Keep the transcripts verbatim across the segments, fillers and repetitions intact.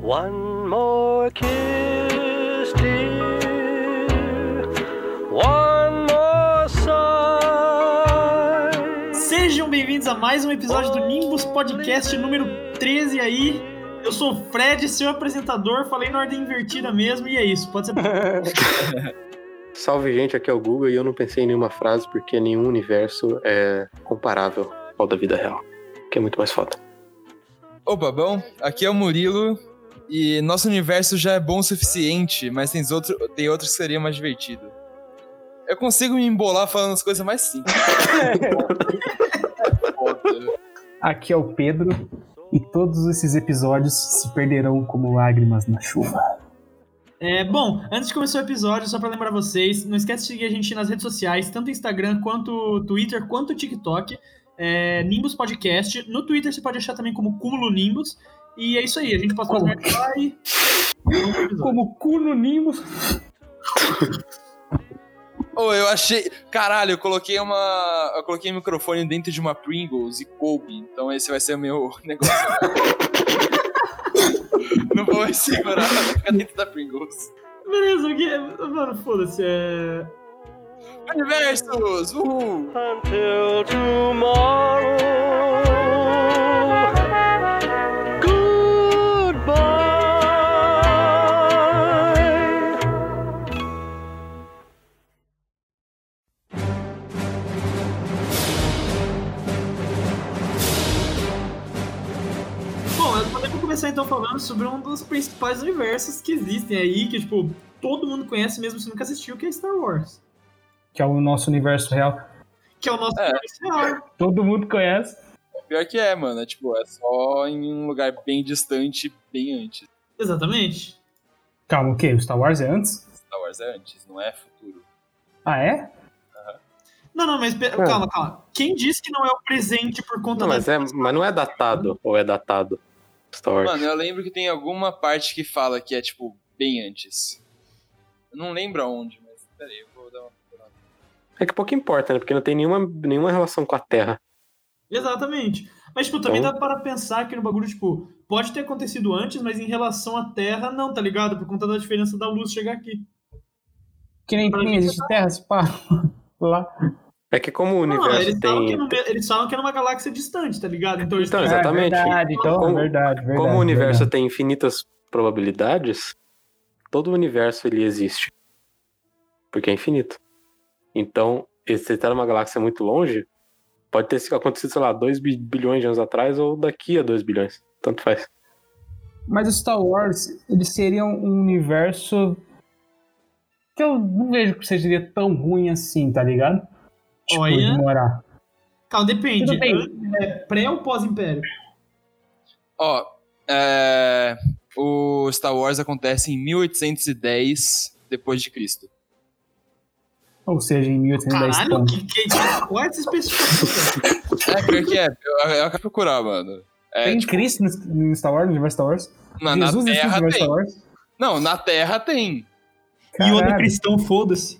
One more kiss, dear. One more sigh. Sejam bem-vindos a mais um episódio do Nimbus Podcast número treze aí. Eu sou o Fred, seu apresentador, falei na ordem invertida mesmo, e é isso, pode ser... Salve, gente, aqui é o Guga e eu não pensei em nenhuma frase porque nenhum universo é comparável ao da vida real, que é muito mais foda. Opa, bom, aqui é o Murilo e nosso universo já é bom o suficiente, mas tem, outro, tem outros que seriam mais divertido. Eu consigo me embolar falando as coisas mais simples. Aqui é o Pedro e todos esses episódios se perderão como lágrimas na chuva. É, bom, antes de começar o episódio, só pra lembrar vocês, não esquece de seguir a gente nas redes sociais, tanto Instagram, quanto Twitter, quanto TikTok, é, Nimbus Podcast. No Twitter você pode achar também como Cúmulo Nimbus. E é isso aí, a gente passa mais merda lá e... Como cu no Nimbus. Oh, eu achei... Caralho, eu coloquei uma... Eu coloquei o microfone dentro de uma Pringles e coube, então esse vai ser o meu negócio. Não vou mais segurar, vai ficar dentro da Pringles. Beleza, o que... Mano, foda-se, é... Universos! Uhul! Until tomorrow. Goodbye. Bom, eu podemos começar então falando sobre um dos principais universos que existem aí, que, tipo, todo mundo conhece mesmo se nunca assistiu, que é Star Wars. Que é o nosso universo real. Que é o nosso É. universo real. Todo mundo conhece. Pior que é, mano. É tipo, é só em um lugar bem distante, bem antes. Exatamente. Calma, o quê? O Star Wars é antes? Star Wars é antes, não é futuro. Ah, é? Não, não, mas pe- calma, calma. Quem disse que não é o presente por conta Não, mas, da... é, mas não é datado, ou é datado Star Wars? Mano, eu lembro que tem alguma parte que fala que é, tipo, bem antes. Eu não lembro aonde, mas peraí, eu vou dar uma... É que pouco importa, né? Porque não tem nenhuma, nenhuma relação com a Terra. Exatamente. Mas, tipo, também Então- dá para pensar que no bagulho, tipo, pode ter acontecido antes, mas em relação à Terra, não, tá ligado? Por conta da diferença da luz chegar aqui. Que nem, Pra nem mim, existe terra, se pá. Lá. É que como o Não, universo eles falam, que tem... no me- eles falam que é numa galáxia distante, tá ligado? Então, eles Então, têm- exatamente. É verdade, então, Como- é verdade, verdade. Como o universo verdade. tem infinitas probabilidades, todo o universo ele existe. Porque é infinito. Então, se você tá numa galáxia muito longe, pode ter acontecido, sei lá, dois bilhões de anos atrás ou daqui a dois bilhões. Tanto faz. Mas o Star Wars, ele seria um universo que eu não vejo que seja tão ruim assim, tá ligado? Tipo, Olha. de morar. Calma, depende. Tudo bem. É pré ou pós-império? Ó, é... o Star Wars acontece em mil oitocentos e dez depois de Cristo. Ou seja, em mil oitocentos e dez Caralho, pontos. que, que, que, qual é essa especificação? É, pior que é. Eu, eu acabo de procurar, mano. É, Tem tipo, Cristo no no Star Wars, no universo Star Wars? na, na Jesus existe no Terra universo tem. Star Wars? Não, na Terra tem. E o outro Caralho. cristão, foda-se.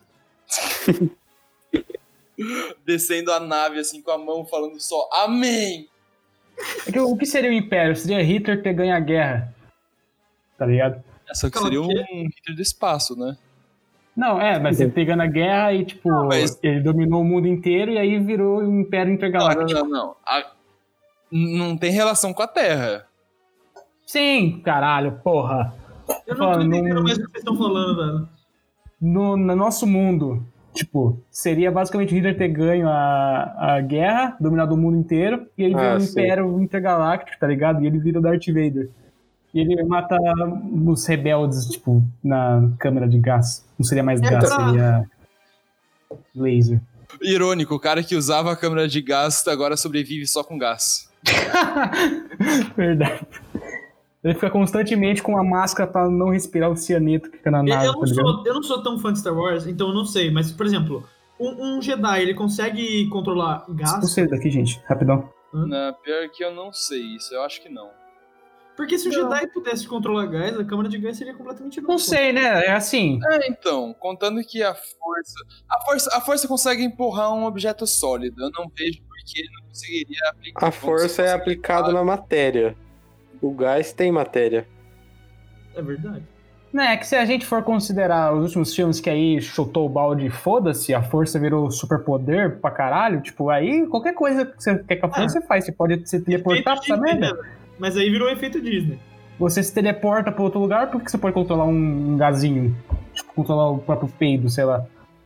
Descendo a nave assim com a mão falando só Amém! É que o que seria o Império? Seria Hitler ter ganho a guerra. Tá ligado? É, só que Calma, seria um quê? Hitler do espaço, né? Não, é, mas ele pegando a guerra e, tipo, mas- ele dominou o mundo inteiro e aí virou um Império Não, Intergaláctico. não, não. não. A- Não tem relação com a Terra. Sim, caralho, porra. Eu não tô Mano, entendendo não- mais o que vocês estão falando, velho. No, no nosso mundo, tipo, seria basicamente Hitler ter ganho a, a guerra, dominado o mundo inteiro, e aí Ah, vira um sim. Império Intergaláctico, tá ligado? E ele vira o Darth Vader. E ele mata os rebeldes, tipo, na câmara de gás. Não seria mais É gás, pra- seria laser. Irônico, o cara que usava a câmera de gás agora sobrevive só com gás. Verdade. Ele fica constantemente com uma máscara pra não respirar o cianeto que fica na Eu, nave, eu tá não ligado? sou, eu não sou tão fã de Star Wars, então eu não sei. Mas, por exemplo, um, um Jedi, ele consegue controlar gás? Você daqui, gente, rapidão. Na, pior que eu não sei isso, eu acho que não. Porque se o Jedi pudesse controlar gás, a câmara de gás seria completamente Não sei, né? É assim. É, então, contando que a força, a força. A força consegue empurrar um objeto sólido. Eu não vejo porque ele não conseguiria aplicar. A força é aplicada na matéria. O gás tem matéria. É verdade. Não, é que se a gente for considerar os últimos filmes que aí chutou o balde e foda-se, a força virou superpoder pra caralho, tipo, aí qualquer coisa que você quer com a força Ah. você faz. Você pode se teleportar pra essa Efeito merda. Disney, né? Mas aí virou efeito Disney. Você se teleporta pra outro lugar, por que você pode controlar um gazinho? Tipo, controlar o próprio peido, sei lá.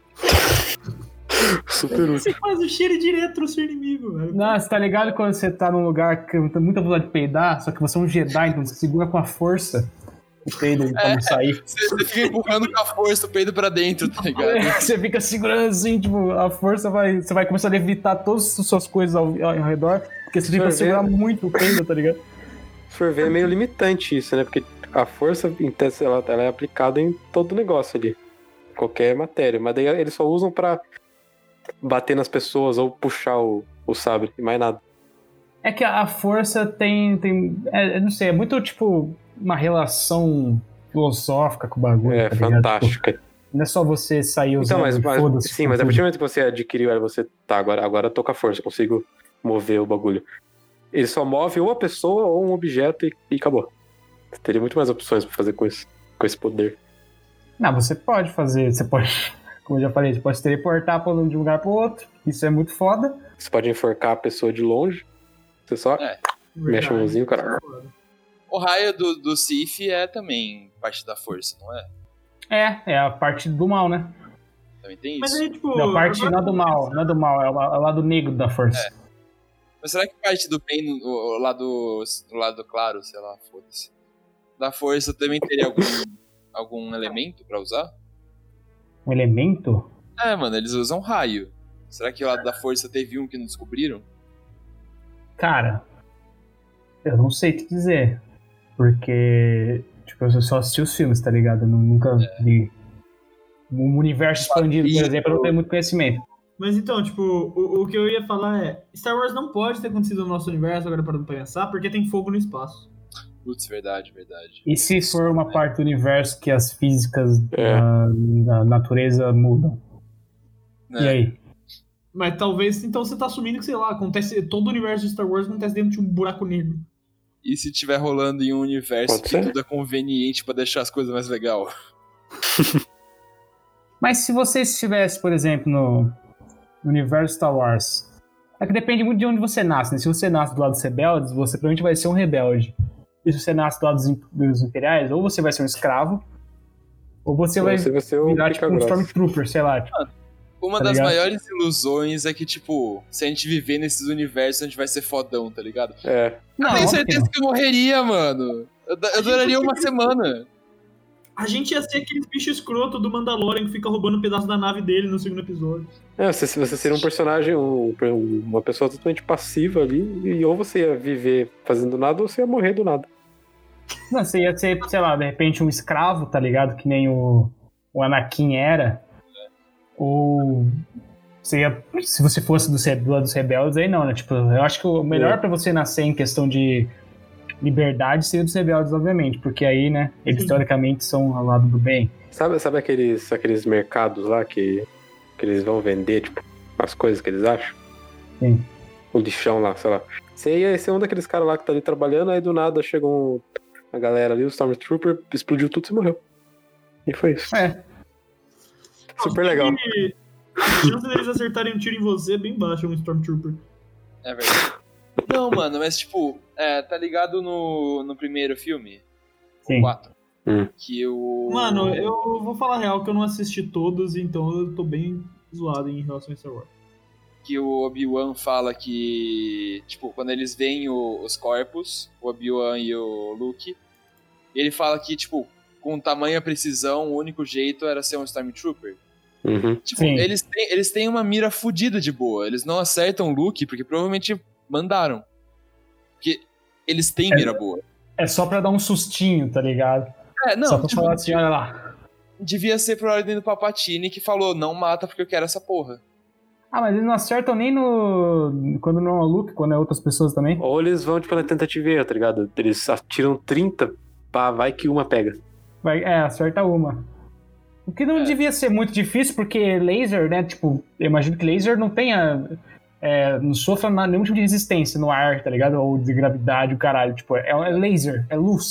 Super útil. Você faz o cheiro direto no seu inimigo, velho. Não, você tá ligado quando você tá num lugar que tem muita vontade de peidar, só que você é um Jedi, então você segura com a força o peido pra não sair. Você, você fica empurrando com a força o peido pra dentro, tá ligado? Você fica segurando assim, tipo, a força vai. Você vai começar a levitar todas as suas coisas ao, ao redor, porque você tem que segurar muito o peido, tá ligado? Se for ver, é meio limitante isso, né? Porque a força, em tese, ela, ela é aplicada em todo negócio ali. Qualquer matéria. Mas daí eles só usam pra bater nas pessoas ou puxar o, o sabre, e mais nada. É que a força tem. tem é, eu não sei, é muito tipo uma relação filosófica com o bagulho. É, tá ligado? fantástica. Tipo, não é só você sair usando. Então, mas, mas foda-se, sim, mas a tudo. partir do momento que você adquiriu ela, você tá, agora, agora eu tô com a força, eu consigo mover o bagulho. Ele só move ou a pessoa ou um objeto e, e acabou. Você teria muito mais opções pra fazer com, isso, com esse poder. Não, você pode fazer, você pode, como eu já falei, você pode se teleportar pra um de um lugar pro outro. Isso é muito foda. Você pode enforcar a pessoa de longe, você só É. mexe a mãozinho, cara. O raio do, do Sif é também parte da força, não é? É, é a parte do mal, né? Também tem Mas isso. aí, tipo. Não, a parte agora- não é do mal, não é do mal, é o, é o lado negro da força. Mas será que parte do bem, o, o lado, o lado claro, sei lá, foda-se, da força também teria algum, algum elemento pra usar? Um elemento? É, mano, eles usam raio. Será que o lado da força teve um que não descobriram? Cara, eu não sei te dizer. Porque, tipo, eu só assisti os filmes, tá ligado? Eu nu- nunca vi. Um universo expandido, por exemplo, eu não tenho muito conhecimento. Mas então, tipo, o, o que eu ia falar é: Star Wars não pode ter acontecido no nosso universo, agora parando pra pensar, porque tem fogo no espaço. Putz, verdade, verdade. E se for uma parte do universo que as físicas É. da, da natureza mudam? E É. aí? Mas talvez, então você tá assumindo que, sei lá, acontece. Todo o universo de Star Wars acontece dentro de um buraco negro. E se tiver rolando em um universo Pode que ser. tudo é conveniente pra deixar as coisas mais legais? Mas se você estivesse, por exemplo, no universo Star Wars, é que depende muito de onde você nasce, né? Se você nasce do lado dos rebeldes, você provavelmente vai ser um rebelde. E se você nasce do lado dos, im- dos imperiais, ou você vai ser um escravo, ou você vai Você vai ser o virar tipo um pica-grossa. Stormtrooper, sei lá. Tipo, Uma Tá das ligado? maiores ilusões é que, tipo, se a gente viver nesses universos, a gente vai ser fodão, tá ligado? É, não, eu tenho óbvio que certeza não. que eu morreria, mano. Eu, eu duraria uma semana. A gente ia ser aqueles bichos escroto do Mandalorian que fica roubando um pedaço da nave dele no segundo episódio. é você, você seria um personagem, um- uma pessoa totalmente passiva ali, e ou você ia viver fazendo nada, ou você ia morrer do nada. Não, você ia ser, sei lá, de repente um escravo, tá ligado? Que nem o, o Anakin era. Ou você ia, se você fosse do, do lado dos rebeldes, aí não, né? Tipo, eu acho que o melhor É. pra você nascer em questão de liberdade seria dos rebeldes, obviamente. Porque aí, né, eles Sim. teoricamente são ao lado do bem. Sabe, sabe aqueles, aqueles mercados lá que, que eles vão vender, tipo, as coisas que eles acham? Sim. O lixão lá, sei lá. Você ia ser um daqueles caras lá que tá ali trabalhando, aí do nada chegou um, a galera ali, o Stormtrooper, explodiu tudo e você morreu. E foi isso. É. Super legal. E a chance deles acertarem um tiro em você é bem baixa, um Stormtrooper. É verdade. Não, mano, mas tipo, é, tá ligado no, no primeiro filme? Sim. quatro. Hum. Que o. Mano, eu vou falar a real que eu não assisti todos, então eu tô bem zoado em relação a Star Wars. Que o Obi-Wan fala que, tipo, quando eles veem o- os corpos, o Obi-Wan e o Luke, ele fala que, tipo, com tamanha precisão, o único jeito era ser um Stormtrooper. Uhum. Tipo, Sim. eles têm, eles têm uma mira fodida de boa. Eles não acertam o Luke porque provavelmente mandaram. Porque eles têm mira boa. É só pra dar um sustinho, tá ligado? É, não, só pra tipo, falar assim, olha lá. devia ser por ordem do Palpatine que falou, não mata porque eu quero essa porra. Ah, mas eles não acertam nem no... Quando não é o Luke, quando é outras pessoas também. Ou eles vão, tipo, na tentativa e erro, tá ligado? Eles atiram trinta, pá, vai que uma pega. Vai, é, acerta uma. O que não É. devia ser muito difícil, porque laser, né? Tipo, eu imagino que laser não tenha. É, não sofra nenhum tipo de resistência no ar, tá ligado? Ou de gravidade, o caralho. Tipo, é, é laser, é luz.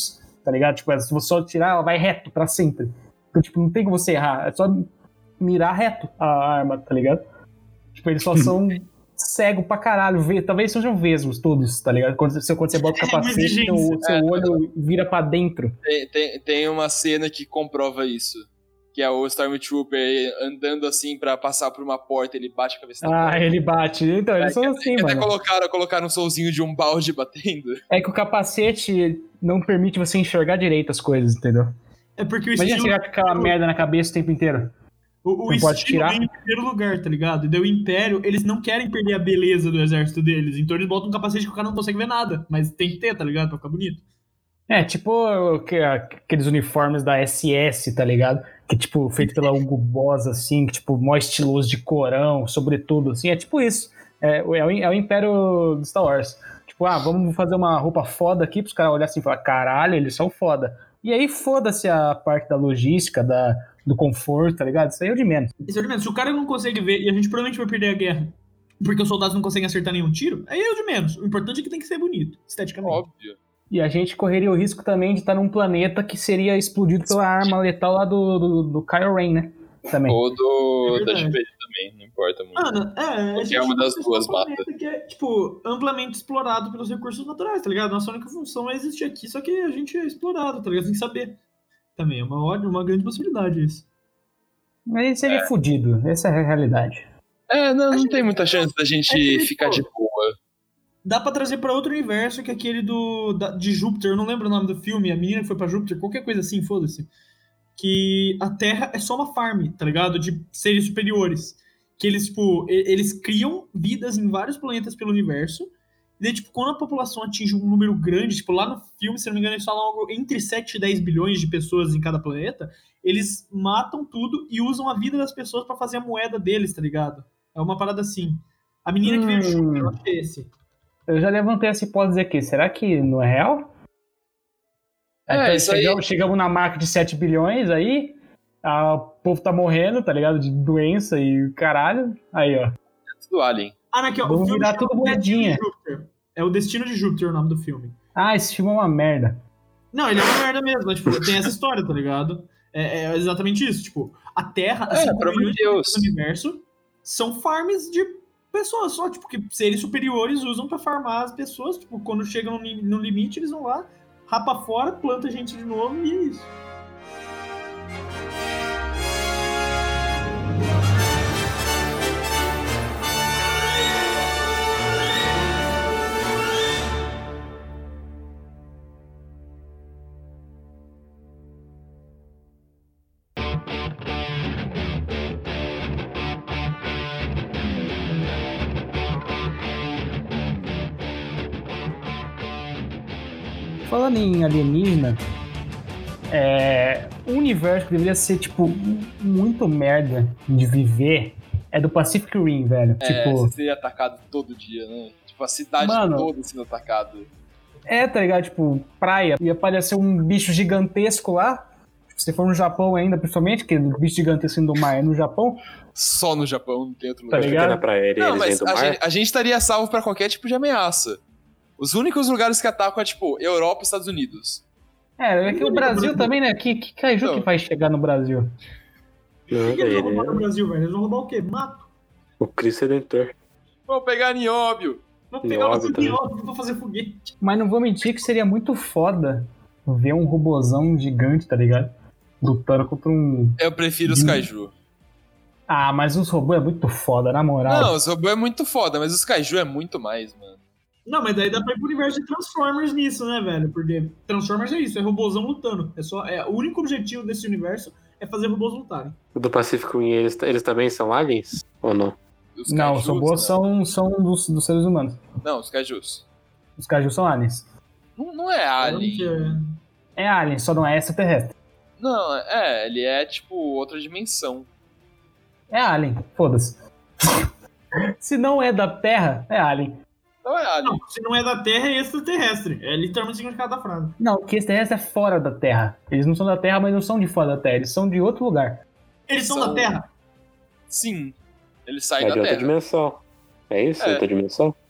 tá ligado? Tipo, se você só tirar, ela vai reto pra sempre. Então, tipo, não tem como você errar, é só mirar reto a arma, tá ligado? Tipo, eles só são cego pra caralho, vê, talvez sejam vesgos todos, tá ligado? Quando você, quando você bota o capacete, o seu É, olho vira pra dentro. Tem, tem, tem uma cena que comprova isso. Que é o Stormtrooper andando assim pra passar por uma porta, ele bate a cabeça na Ah, porta. ele bate. Então, eles É, são que- assim, que até mano. colocaram, colocaram um solzinho de um balde batendo. É que o capacete não permite você enxergar direito as coisas, entendeu? É porque o Imagina estilo, você com aquela merda na cabeça o tempo inteiro. o, o não pode estilo tirar. vem em primeiro lugar, tá ligado? E daí o Império, eles não querem perder a beleza do exército deles. Então eles botam um capacete que o cara não consegue ver nada. Mas tem que ter, tá ligado? Pra ficar bonito. É, tipo que- aqueles uniformes da S S, tá ligado? Que, tipo, feito pela Hugo Boss, assim, que, tipo, mó estiloso de corão, sobretudo, assim, é tipo isso. É, é, o, é o Império do Star Wars. Tipo, ah, vamos fazer uma roupa foda aqui pros caras olharem assim e falar, caralho, eles são foda. E aí foda-se a parte da logística, da, do conforto, tá ligado? Isso aí é o de menos. Esse é o de menos. Se o cara não consegue ver e a gente provavelmente vai perder a guerra porque os soldados não conseguem acertar nenhum tiro, aí é o de menos. O importante é que tem que ser bonito, esteticamente. Óbvio. E a gente correria o risco também de estar num planeta que seria explodido pela arma letal lá do, do, do Kylo Ren, né? Também. Ou do, É da verdade. G P também, não importa muito. Mano, é, a Qualquer gente uma das vai duas ser um planeta mata. que é, tipo, amplamente explorado pelos recursos naturais, tá ligado? Nossa única função é existir aqui, só que a gente é explorado, tá ligado? Tem que saber. Também é uma, ótima- uma grande possibilidade isso. Mas ele seria fudido, essa é a realidade. É, não, não tem muita chance da gente É que, ficar pô, de boa. Dá pra trazer pra outro universo que é aquele do, da- de Júpiter, eu não lembro o nome do filme, a menina que foi pra Júpiter, qualquer coisa assim, foda-se. Que a Terra é só uma farm, tá ligado? De seres superiores. Que eles, tipo, e- eles criam vidas em vários planetas pelo universo. E daí, tipo, quando a população atinge um número grande, tipo, lá no filme, se não me engano, eles falam algo entre sete e dez bilhões de pessoas em cada planeta, eles matam tudo e usam a vida das pessoas pra fazer a moeda deles, tá ligado? É uma parada assim. A menina que veio de Júpiter, eu acho que é esse. Eu já levantei essa hipótese aqui. Será que não é real? É, Então, isso aí- chegamos, chegamos na marca de sete bilhões aí, a- o povo tá morrendo, tá ligado? De doença e caralho. Aí, ó. Tudo Alien. Ah, não, aqui, ó. Vamos O filme virar chama tudo O Destino moedinha. de Júpiter. É o Destino de Júpiter o nome do filme. Ah, esse filme é uma merda. Não, ele é uma merda mesmo, mas, tipo, tem essa história, tá ligado? É, é exatamente isso, tipo, a Terra, É, assim, pelo amor de Deus. do universo, são farms de pessoas só, tipo, que seres superiores usam pra farmar as pessoas, tipo, quando chegam no, li- no limite, eles vão lá, rapa fora, planta gente de novo e é isso. Falando em alienígena, é, um universo que deveria ser, tipo, muito merda de viver é do Pacific Rim, velho. É, tipo, você seria atacado todo dia, né? Tipo, a cidade Mano. toda sendo atacada. é, tá ligado? Tipo, praia. Ia aparecer um bicho gigantesco lá. Se for no Japão ainda, principalmente, que o bicho gigantesco do mar é no Japão. Só no Japão, não tem outro Tá lugar. ligado? Fica na praia, ele, Não, eles mas vêm do a mar. gente, a gente estaria salvo pra qualquer tipo de ameaça. Os únicos lugares que atacam é, tipo, Europa e Estados Unidos. É, é que o Brasil também, né? Que, que caju Então. que vai chegar no Brasil? Não, O que eles daí vão roubar no ele, Brasil, velho? Eles vão roubar o quê? Mato? o Cristo Redentor. Vamos pegar Nióbio. Vão pegar Nióbio o também. nióbio pra fazer foguete. Mas não vou mentir que seria muito foda ver um robozão gigante, tá ligado? Lutando contra um... Eu prefiro os Hum. kaiju. Ah, mas os robôs é muito foda, na moral. Não, os robôs é muito foda, mas os kaiju é muito mais, mano. Não, mas daí dá pra ir pro universo de Transformers nisso, né, velho? Porque Transformers é isso, é robôzão lutando. É só, é, o único objetivo desse universo é fazer robôs lutarem. O do Pacífico Rim, eles, eles também são aliens? Ou não? Os Não, kaijus, os robôs né? são, são dos, dos seres humanos. Não, os kaijus. Os cajus são aliens. Não, não é alien. É alien, só não é extraterrestre. Não, é, ele é, tipo, outra dimensão. É alien, foda-se. Se não é da Terra, é alien. Não é alien. Não, se não é da Terra, é extraterrestre. É literalmente o significado da frase. Não, que extraterrestre é fora da Terra. Eles não são da Terra, mas não são de fora da Terra. Eles são de outro lugar. Eles são São- da Terra? Sim. Ele sai É da de outra Terra. dimensão. É isso? É. Outra dimensão?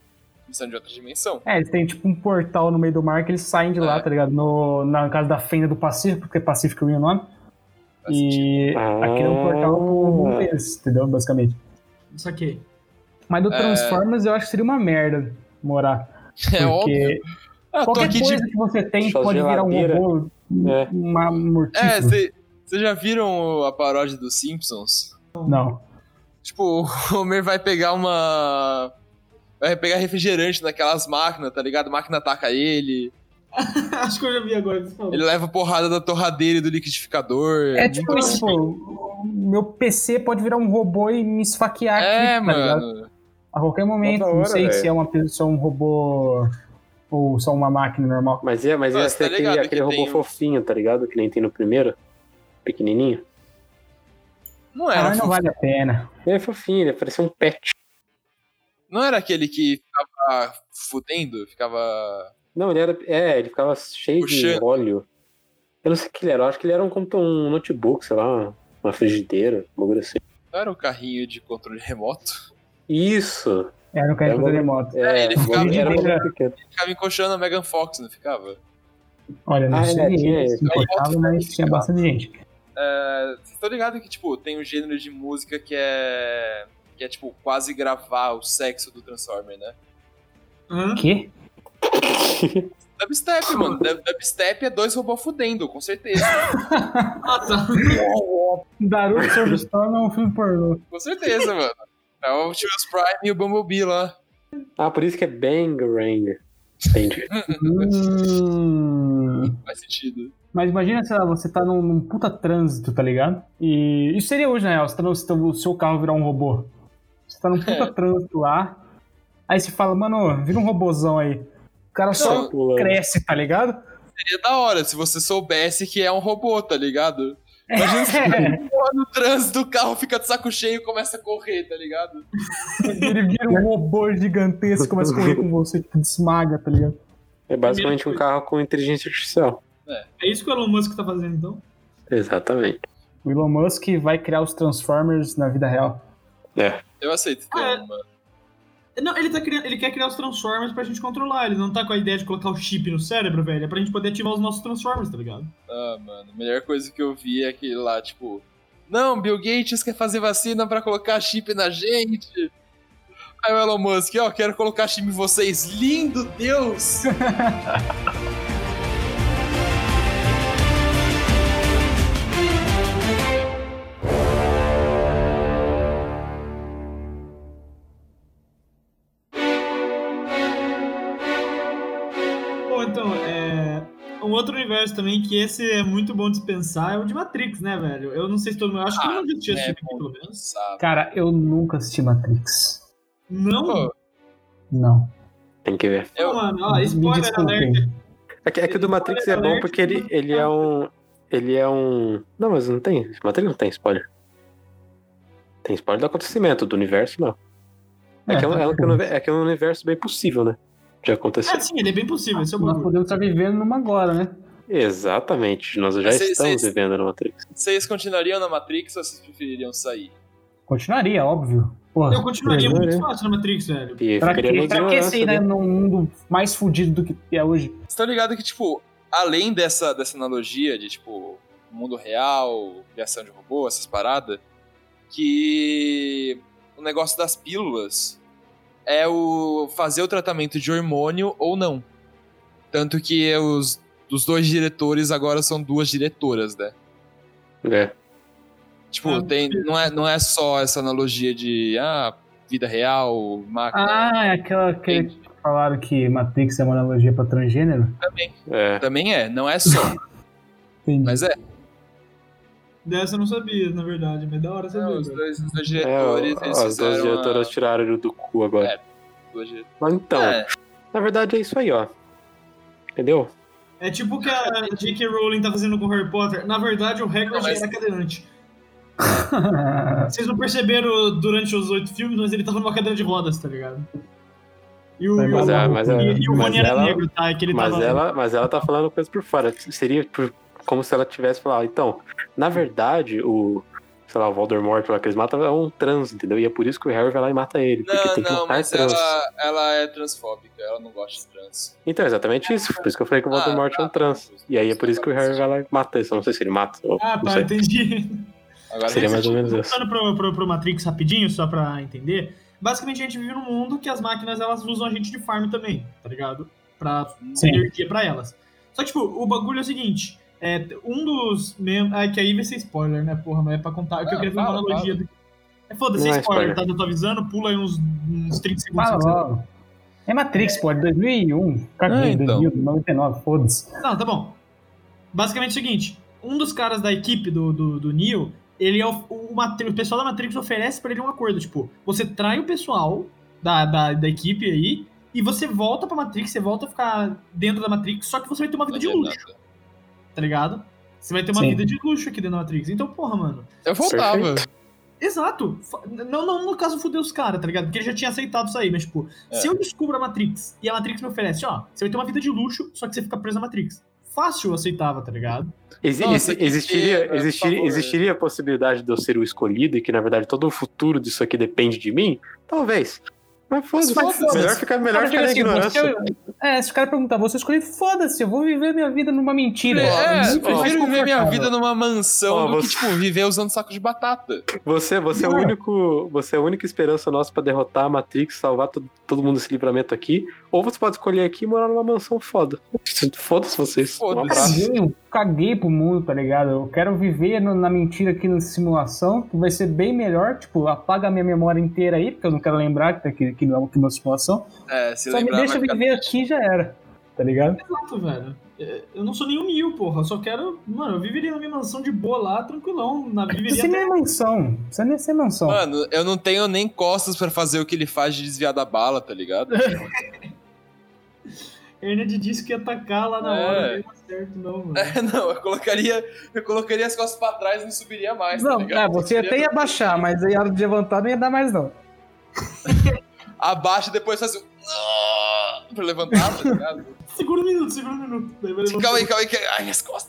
Eles são de outra dimensão. É, eles têm tipo um portal no meio do mar que eles saem de lá, É. tá ligado? No, na casa da Fenda do Pacífico, porque Pacífico é o nome. Faz E Ah. aquele é um portal pro mundo deles, entendeu? Basicamente. Saquei. Mas do É. Transformers eu acho que seria uma merda morar. É óbvio. Porque Ah, tô qualquer aqui coisa de. que você tem Só pode virar um geladeira. robô, É. uma mortífero. É, vocês já viram a paródia dos Simpsons? Não. Tipo, o Homer vai pegar uma. Vai pegar refrigerante naquelas máquinas, tá ligado? A máquina ataca ele. Acho que eu já vi agora que você falou. Ele leva porrada da torradeira e do liquidificador. É tipo muito isso, pô. Meu P C pode virar um robô e me esfaquear É, aqui, tá ligado? mano. A qualquer momento. Da hora, não sei velho. se é uma pessoa, um robô ou só uma máquina normal. Mas ia, mas ia Nossa, ser tá aquele, ligado aquele que robô tem- fofinho, tá ligado? Que nem tem no primeiro. Pequenininho. Não era, Ah, não fofo. vale a pena. Ele é fofinho, ele parecia um pet. Não era aquele que ficava fudendo, ficava. Não, ele era. É, ele ficava cheio de Puxando. óleo. Eu não sei o que ele era, eu acho que ele era um, como um notebook, sei lá, uma frigideira, um bagulho assim. Não era o carrinho de controle remoto? Isso! Era no carro É, de bagulho- remoto. É, ele ficava- era um ele bagulho era- pequeno. Ficava encoxando a Megan Fox, não ficava? Olha, não Ah, sei é, tinha se esse. importava, mas tinha bastante gente. É, vocês estão ligados que, tipo, tem um gênero de música que é. que é, tipo, quase gravar o sexo do Transformer, né? Hã? Quê? Dubstep, mano. Dub- Dubstep é dois robôs fudendo, com certeza. Ah, tá. Naruto Storm é um filme pornô. Com certeza, mano. É o Optimus Prime e o Bumblebee lá. Ah, por isso que é Bangarang. Entendi. Hum. Faz sentido. Mas imagina, sei lá, você tá num, num puta trânsito, tá ligado? E isso seria hoje, na real, você tá no, você tá- o seu carro virar um robô. Você tá num puta É. trânsito lá, aí você fala, mano, vira um robôzão aí. O cara só Não, pulando. cresce, tá ligado? Seria da hora se você soubesse que é um robô, tá ligado? Imagina se É, porra, no trânsito o carro fica de saco cheio e começa a correr, tá ligado? ele vira um robô gigantesco, começa a correr com você, tipo, desmaga, tá ligado? É basicamente um carro com inteligência artificial. É isso que o Elon Musk tá fazendo, então? Exatamente. O Elon Musk vai criar os Transformers na vida real. É. Eu aceito, então, Ah, é. mano. Não, ele, tá criando, ele quer criar os Transformers pra gente controlar. Ele não tá com a ideia de colocar o chip no cérebro, velho. É pra gente poder ativar os nossos Transformers, tá ligado? Ah, mano, a melhor coisa que eu vi é aquele lá, tipo... Não, Bill Gates quer fazer vacina pra colocar chip na gente. Aí o Elon Musk, ó, quero colocar chip em vocês. Lindo, Deus! Bom, então, é... Um outro universo também, que esse é muito bom de se pensar, é o de Matrix, né, velho? Eu não sei se todo mundo... Acho que Ah, todo mundo assistiu esse é filme aqui, bom pelo menos. pensar. Cara, eu nunca assisti Matrix. Não? Pô, Não. Tem que ver. eu, Não, mano. Ó, Me spoiler desculpem. alert. É que, é que o do Matrix é bom porque ele, ele é um. Ele é um. Não, mas não tem. Matrix não tem spoiler. Tem spoiler do acontecimento, do universo não. É, que, é, um, é, um, tá. é que é um universo bem possível, né? De acontecer. É, sim, ele é bem possível, esse é o Nós bagulho. podemos estar vivendo numa agora, né? Exatamente. Nós já Mas cês- estamos cês- vivendo no Matrix. vocês continuariam na Matrix ou vocês prefeririam sair? Continuaria, óbvio. Porra, Eu continuaria Beleza, muito né? fácil na Matrix, velho. E Pra ficaria que, na pra que ignorância, ser né, né? num mundo mais fudido do que é hoje? Vocês estão ligados que, tipo, além dessa, dessa analogia de, tipo, mundo real, criação de robô, essas paradas, que o negócio das pílulas é o fazer o tratamento de hormônio ou não. Tanto que os, os dois diretores agora são duas diretoras, né? É. Tipo, Ah, tem, não, é, não é só essa analogia de, ah, vida real, máquina. Ah, é aquela que falaram que Matrix é uma analogia pra transgênero? É. Também é, não é só, Entendi. mas é. Dessa eu não sabia, na verdade, mas da hora saber. Não, os, velho. dois, os dois É, diretores, ó, eles as duas fizeram diretoras a- tiraram ele do cu agora. É. duas dire- Mas então, É, na verdade é isso aí, ó. Entendeu? É tipo o que a J K. Rowling tá fazendo com Harry Potter. Na verdade, o Hagrid Não, mas- era cadeirante. Vocês não perceberam durante os oito filmes, mas ele tava numa cadeira de rodas, tá ligado? E o, Mas e o, é, mas é- e, e o mas Rony era ela- negro, tá? É que ele Mas tava... ela, mas ela tá falando coisa por fora. Seria por- como se ela tivesse falado. Então, na verdade, o, sei lá, o Voldemort lá que eles matam é um trans, entendeu? E é por isso que o Harry vai lá e mata ele. Porque Não, tem que não, matar mas trans. ela, ela é transfóbica, ela não gosta de trans. Então, é exatamente isso. Por isso que eu falei que o Ah, Voldemort é um tá. trans. E aí é por isso que o Harry vai lá e mata ele. Só não sei se ele mata. Ou, Ah, não tá, sei. entendi. Agora Seria mais ou menos isso. Voltando pro, pro, pro Matrix rapidinho, só pra entender. Basicamente, a gente vive num mundo que as máquinas, elas usam a gente de farm também, tá ligado? Pra Sim. energia pra elas. Só que, tipo, o bagulho é o seguinte. É, um dos membros... Ah, que aí vai ser spoiler, né, porra? Mas é pra contar. que eu Não, queria fazer uma fala, analogia. fala. Do... É, foda-se, Não é é spoiler, spoiler. tá? Eu tô avisando, pula aí uns, uns trinta segundos. Fala se você- logo. É Matrix, pô, é de dois mil e um. Caguei, É, então. dois mil, noventa e nove, foda-se. Não, tá bom. Basicamente é o seguinte: um dos caras da equipe do, do, do Neo, ele é o, o, Matri- o pessoal da Matrix oferece pra ele um acordo. Tipo, você trai o pessoal da, da, da equipe aí e você volta pra Matrix, você volta a ficar dentro da Matrix, só que você vai ter uma vida de Não luxo, adianta. tá ligado? Você vai ter uma Sim. vida de luxo aqui dentro da Matrix. Então, porra, mano. Eu voltava. Perfeito. Exato. Fa- Não, não no caso fuder os caras, tá ligado? Porque ele já tinha aceitado isso aí, mas, tipo, É. se eu descubro a Matrix e a Matrix me oferece, ó, você vai ter uma vida de luxo, só que você fica preso na Matrix. Fácil eu aceitava, tá ligado? Exi- Nossa, exi- que existiria, pena, por existiria, favor. existiria a possibilidade de eu ser o escolhido e que, na verdade, todo o futuro disso aqui depende de mim? Talvez. Mas foda-se. Mas foda-se. Melhor ficar, melhor Cara, ficar na assim, ignorância. você- é, se o cara perguntar, você escolhe, foda-se, eu vou viver minha vida numa mentira. É, eu Muito mais prefiro viver minha confortável. vida numa mansão Ó, do que, você- tipo, viver usando saco de batata. Você, você, é o Não. único, você é a única esperança nossa pra derrotar a Matrix, salvar todo, todo mundo desse livramento aqui. Ou você pode escolher aqui e morar numa mansão foda. Foda-se vocês. Um Foda-se. abraço. Caguei, eu caguei pro mundo, tá ligado? Eu quero viver no- na mentira aqui na simulação, que vai ser bem melhor. Tipo, apaga a minha memória inteira aí, porque eu não quero lembrar que, que, que não é uma simulação. É, se Só me lembrar, deixa vai ficar viver aqui e já era, tá ligado? Exato, velho. É, Eu não sou nenhum Neo, porra. Eu só quero. Mano, eu viveria na minha mansão de boa lá, tranquilão. Na Não viveria precisa nem até... mansão. Não precisa nem ser mansão. Mano, eu não tenho nem costas pra fazer o que ele faz de desviar da bala, tá ligado? Hernandes disse que ia atacar lá na É. hora, não ia dar certo, não, mano. É, não, eu colocaria, eu colocaria as costas pra trás e não subiria mais, tá Não, ligado? é, você até ia baixar, mas aí a hora de levantar não ia dar mais, não. Abaixa e depois faz um... pra levantar, tá ligado? Segura um minuto, segura um minuto. Daí vai levantar. Calma aí, calma aí, calma aí. Ai, minhas costas.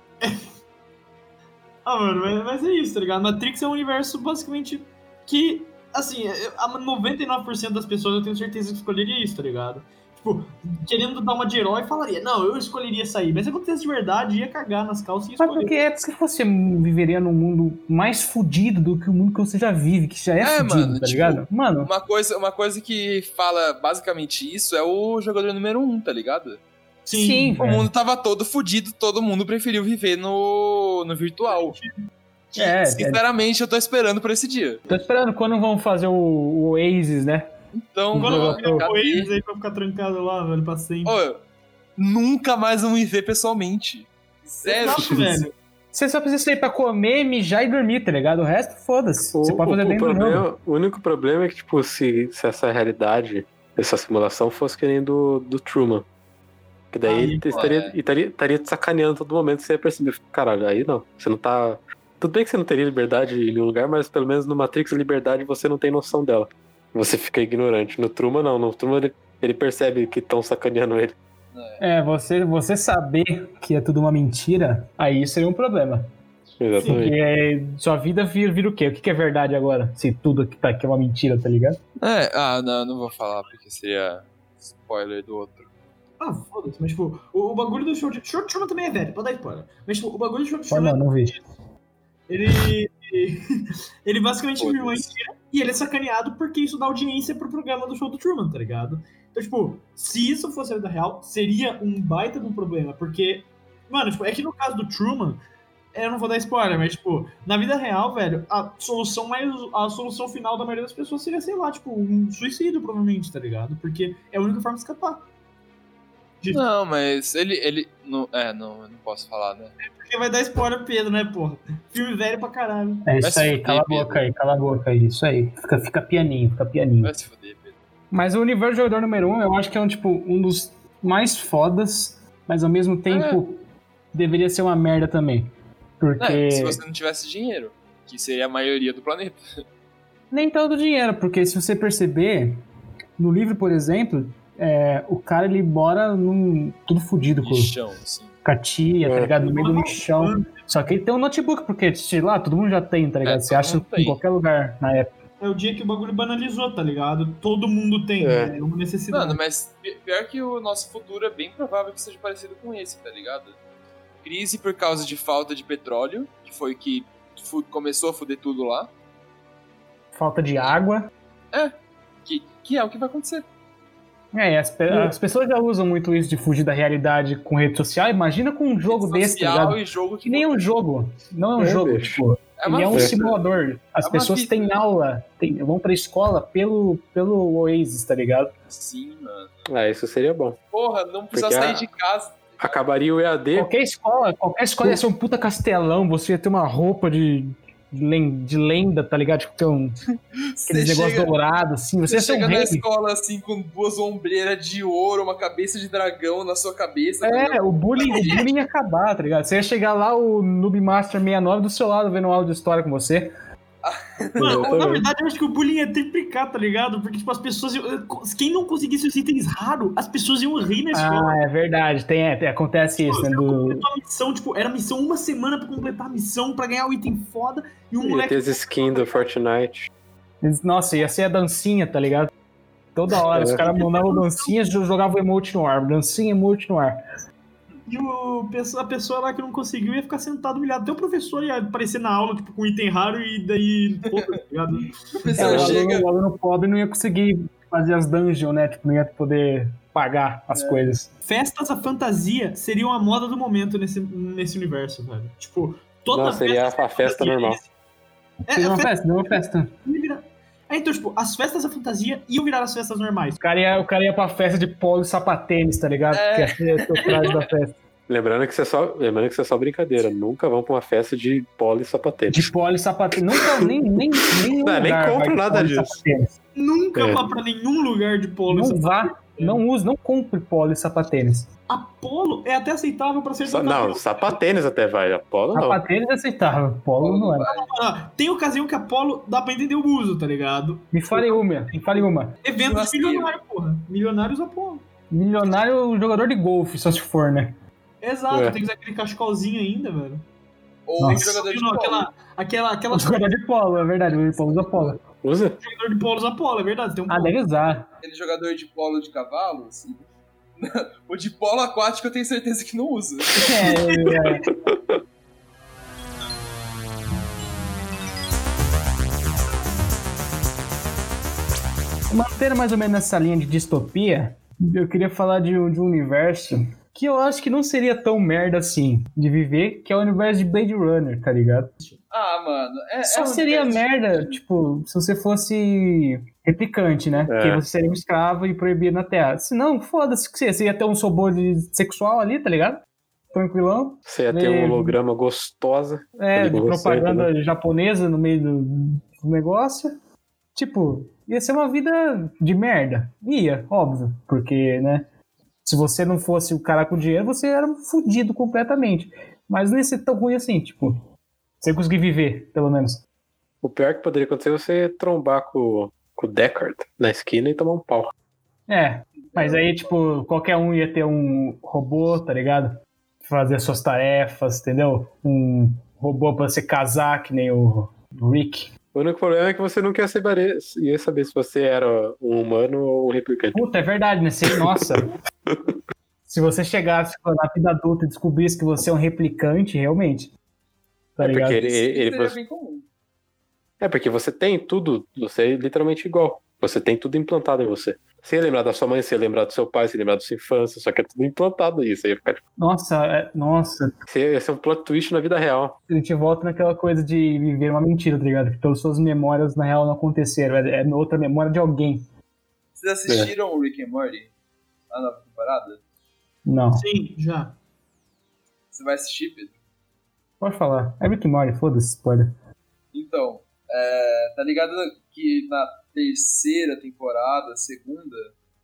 Ah, mano, mas, mas é isso, tá ligado? Matrix é um universo basicamente que, assim, eu- a noventa e nove por cento das pessoas eu tenho certeza que escolheria isso, tá ligado? Tipo, querendo dar uma de herói, falaria, não, eu escolheria sair. Mas se acontecesse de verdade, ia cagar nas calças e ia Mas escolher. porque é se você viveria num mundo mais fudido do que o mundo que você já vive, que já é, É, fudido, mano, tá tipo, ligado? Mano, Uma coisa, uma coisa que fala basicamente isso é o jogador número um, tá ligado? sim, O é. mundo tava todo fudido, todo mundo preferiu viver no, no virtual. Que, É, sinceramente, eu tô esperando por esse dia. Tô esperando quando vão fazer o, o Oasis, né? Então, Quando Jogador. eu cadê? coloco eles aí pra ficar trancado lá, velho, pra sempre. Ô, nunca mais vão me ver pessoalmente. Sério. Exato, velho. Você só precisa sair pra comer, mijar e dormir, tá ligado? O resto, foda-se. O, Você pode o- fazer o dentro do jogo. problema, o único problema é que, tipo, se, se essa realidade, essa simulação fosse que nem do, do Truman. Que daí Aí, ele pô, estaria, é. estaria, estaria te sacaneando todo momento, você ia perceber, caralho, aí não. Você não tá. Tudo bem que você não teria liberdade em nenhum lugar, mas pelo menos no Matrix a liberdade você não tem noção dela. Você fica ignorante. No Truman, não. No Truman ele, ele percebe que estão sacaneando ele. É, você, você saber que é tudo uma mentira, aí seria um problema. Exatamente. Porque é, sua vida vira, vira o quê? O que que é verdade agora? Se tudo que tá aqui é uma mentira, tá ligado? É, ah, não, não vou falar porque seria spoiler do outro. Ah, foda-se, mas tipo, o, o bagulho do show de. Show de Truman também é velho, pode dar spoiler. Mas tipo, o bagulho do show de Pode Truman, não, não vi. ele. Ele basicamente vive uma Foda-se. mentira e ele é sacaneado porque isso dá audiência pro programa do show do Truman, tá ligado? Então, tipo, se isso fosse a vida real, seria um baita de um problema, porque. Mano, tipo, é que no caso do Truman, eu não vou dar spoiler, mas, tipo, na vida real, velho, a solução mais. A solução final da maioria das pessoas seria, sei lá, tipo, um suicídio, provavelmente, tá ligado? Porque é a única forma de escapar. De- Não, mas ele. ele não, é, não, eu não posso falar, né? Porque vai dar spoiler pro Pedro, né, porra? Filme velho pra caralho. É Vai isso se aí, fuder, cala a Pedro. boca aí, cala a boca aí, isso aí. Fica, fica pianinho, fica pianinho. Vai se fuder, Pedro. Mas o universo de jogador número um, eu acho que é um, tipo, um dos mais fodas, mas ao mesmo tempo deveria ser uma merda também. Porque É, se você não tivesse dinheiro, que seria a maioria do planeta. nem todo dinheiro, porque se você perceber, no livro, por exemplo, é, o cara ele mora num tudo fudido com Lixão, assim. com a tia, tá É. ligado? No meio do lixão. Só que ele tem um notebook, porque, sei lá, todo mundo já tem, tá ligado? É, Você todo acha mundo em tem. qualquer lugar na época. É o dia que o bagulho banalizou, tá ligado? Todo mundo tem, É. né? É uma necessidade. Mano, mas pi- pior que o nosso futuro é bem provável que seja parecido com esse, tá ligado? Crise por causa de falta de petróleo, que foi que fu- começou a foder tudo lá. Falta de água. Que, que é o que vai acontecer. É, e as, pe- as pessoas já usam muito isso de fugir da realidade com rede social. Imagina com um jogo Rede desse, tá social ligado? e jogo que Que nem um jogo. Não é um É, jogo, bicho. tipo. É uma ele é um vida. simulador. As É uma pessoas vida. têm aula, têm, vão pra escola pelo, pelo Oasis, tá ligado? Sim, mano. Ah, isso seria bom. Porra, não precisa Porque sair a- de casa. Acabaria o E A D. Qualquer escola, qualquer escola ia ser um puta castelão, você ia ter uma roupa de, de, len- de lenda, tá ligado? Tipo, ter um, Você aqueles negócios chega, dourados, assim, você você ia ser um chega na rei. escola assim com duas ombreiras de ouro, uma cabeça de dragão na sua cabeça. tá É, ligado? o bullying, o bullying ia acabar, tá ligado? Você ia chegar lá, o Noobmaster sessenta e nove do seu lado, vendo um áudio de história com você. Mano, na Exatamente. verdade, eu acho que o bullying é triplicar, tá ligado? Porque, tipo, as pessoas. iam- Quem não conseguisse os itens raros, as pessoas iam rir na escola. Ah, é verdade, tem, é, acontece isso, né? Você Do, completou a missão, tipo, era missão uma semana pra completar a missão, pra ganhar o item foda, e um Ia moleque. ter as skins do Fortnite. nossa, ia ser a dancinha, tá ligado? Toda hora, É. os caras mandavam dancinha, jogavam emote no ar, dancinha, emote no ar. E o, a pessoa lá que não conseguiu ia ficar sentado humilhado. Até o professor ia aparecer na aula, tipo, com um item raro e daí. Foda, tá ligado? A É, pessoa o, chega. aluno, o aluno pobre não ia conseguir fazer as dungeons, né? Tipo, não ia poder pagar as É. coisas. Festas à fantasia seriam a moda do momento nesse, nesse universo, velho. Tipo, toda Não, seria festa a festa fantasia- normal. É, Fez a uma festa festa, deu uma festa. ia virar- É, então, tipo, as festas da fantasia iam virar as festas normais. O cara ia, o cara ia pra festa de polo e sapatênis, tá ligado? É. Que ia ser o traje da festa. Lembrando que isso é só, lembrando que isso é só brincadeira. Nunca vão pra uma festa de polo e sapatênis. De polo e sapatênis. Nunca, nem, nem, nem Não, nem compro nada disso. Nunca É. vá pra nenhum lugar de polo. Não Essa- vá, não use, não compre polo e sapatênis. A polo é até aceitável pra ser Sa- fantasia. Não, sapatênis até vai. A polo não. Sapatênis é aceitável, polo não é. Ah, tem ocasião que a polo dá pra entender o uso, tá ligado? Me fale uma, me fale uma. Eventos Churrasqueiro. milionários, porra. Milionários a polo. Milionário jogador de golfe, só se for, né? Exato, É. tem que usar aquele cachecolzinho ainda, velho. Ou Nossa. um jogador de Não, polo. aquela, aquela, aquela O jogador de polo, é verdade, o jogador de polo usa polo. Usa? jogador de polos a polo, é verdade. Tem um Ah, polo. deve usar. Aquele jogador de polo de cavalo, assim. O de polo aquático eu tenho certeza que não usa. É, é. Mantendo mais ou menos nessa linha de distopia, eu queria falar de, um- de um universo que eu acho que não seria tão merda assim de viver, que é o universo de Blade Runner, tá ligado? Ah, mano. É, Só é um seria universo- merda, tipo, se você fosse replicante, né? Porque você seria um escravo e proibido na Terra. Se não, foda-se que você, você ia ter um robô de sexual ali, tá ligado? Tranquilão. Você ia ter um É. holograma gostosa. É, Ali de com você, propaganda japonesa no meio do, do negócio. Tipo, ia ser uma vida de merda. Ia, óbvio. Porque, né? Se você não fosse o cara com dinheiro, você era fudido completamente. Mas não ia ser tão ruim assim, tipo. Você ia conseguir viver, pelo menos. O pior que poderia acontecer é você trombar com, com o Deckard na esquina e tomar um pau. É, mas aí, tipo, qualquer um ia ter um robô, tá ligado? Fazer as suas tarefas, entendeu? Um robô pra você casar, que nem o Rick. O único problema é que você nunca ia saber, ia saber se você era um humano ou um replicante. Puta, é verdade, né? Você, nossa. Se você chegasse na vida adulta e descobrisse que você é um replicante, realmente. Tá É porque ligado? ele, Isso ele- seria você- bem comum. é porque você tem tudo, você é literalmente igual. Você tem tudo implantado em você. Você ia lembrar da sua mãe, você ia lembrar do seu pai, você ia lembrar da sua infância, só que é tudo implantado aí. Você ia ficar, tipo, Nossa, é- nossa. você ia ser um plot twist na vida real. A gente volta naquela coisa de viver uma mentira, tá ligado? Que todas as suas memórias, na real, não aconteceram. É, é outra memória de alguém. Vocês assistiram o Rick and Morty? A nova temporada? Não. Sim, já. Você vai assistir, Pedro? Pode falar. É Rick and Morty, foda-se, spoiler. Então, é, tá ligado que na terceira temporada, segunda,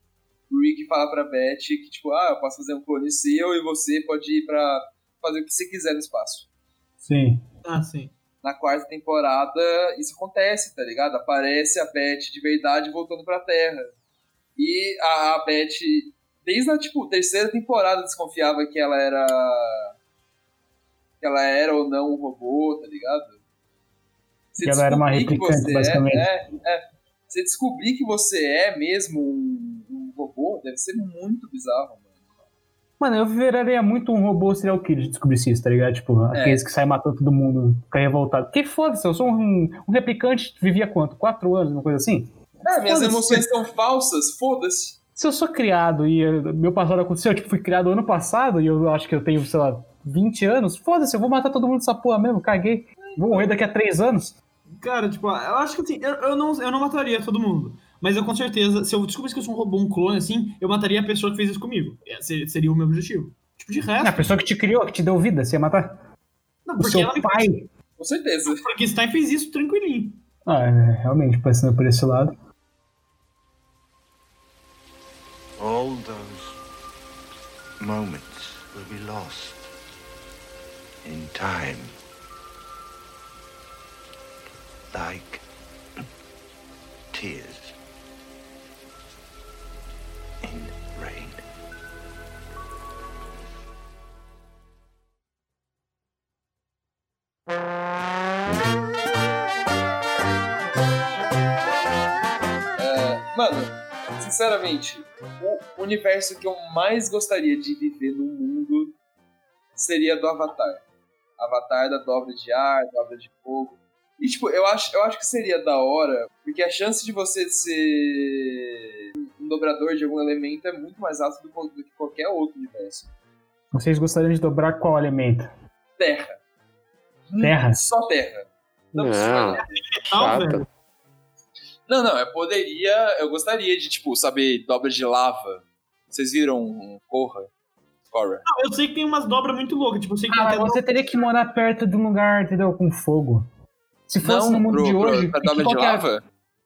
o Rick fala pra Beth que, tipo, ah, eu posso fazer um clone seu e você pode ir pra fazer o que você quiser no espaço. Sim. Ah, sim. Na quarta temporada, isso acontece, tá ligado? Aparece a Beth de verdade voltando pra Terra. E a, a Beth desde a, tipo, terceira temporada desconfiava que ela era... que ela era ou não um robô, tá ligado? Você Que ela era uma descobrir que replicante, você basicamente. É, é, é. Você descobrir que você é mesmo um, um robô deve ser muito bizarro, mano. Mano, eu viraria muito um robô serial killer de descobrir isso, tá ligado? Tipo, É. aqueles que saem matando todo mundo, fica revoltado. Porque foda-se, eu sou um, um replicante, vivia quanto? Quatro anos, uma coisa assim? É, minhas Foda-se. emoções são falsas, foda-se. Se eu sou criado e uh, meu passado aconteceu, tipo, fui criado ano passado e eu acho que eu tenho, sei lá, vinte anos, foda-se, eu vou matar todo mundo dessa porra mesmo, caguei. Vou morrer daqui a três anos. Cara, tipo, eu acho que assim, eu, eu, não, eu não mataria todo mundo. Mas eu com certeza, se eu descobrisse que eu sou um robô, um clone, assim, eu mataria a pessoa que fez isso comigo. Esse seria o meu objetivo. Tipo, de resto. A pessoa que te criou, que te deu vida, você ia matar? Não, O porque seu ela me pai? fez. Com certeza. Porque Stein fez isso tranquilinho. Ah, é, realmente, pensando por esse lado. All those moments will be lost in time. Like tears in rain. É, mano, sinceramente, o universo que eu mais gostaria de viver no mundo seria do Avatar. Avatar da dobra de ar, dobra de fogo. E, tipo, eu acho, eu acho que seria da hora, porque a chance de você ser um dobrador de algum elemento é muito mais alta do, do que qualquer outro universo. Vocês gostariam de dobrar qual elemento? Terra. Terra? Só terra. Não, Não, precisa- Metal, chato. velho. não, não, eu poderia, eu gostaria de, tipo, saber dobra de lava. Vocês viram um Korra? Korra. Não, eu sei que tem umas dobras muito loucas. Tipo, eu sei que Ah, tem mas até você teria que morar perto de um lugar, entendeu? Com fogo. Se fosse Não, no mundo pro, de pro, hoje... pra que dobra de qualquer- lava?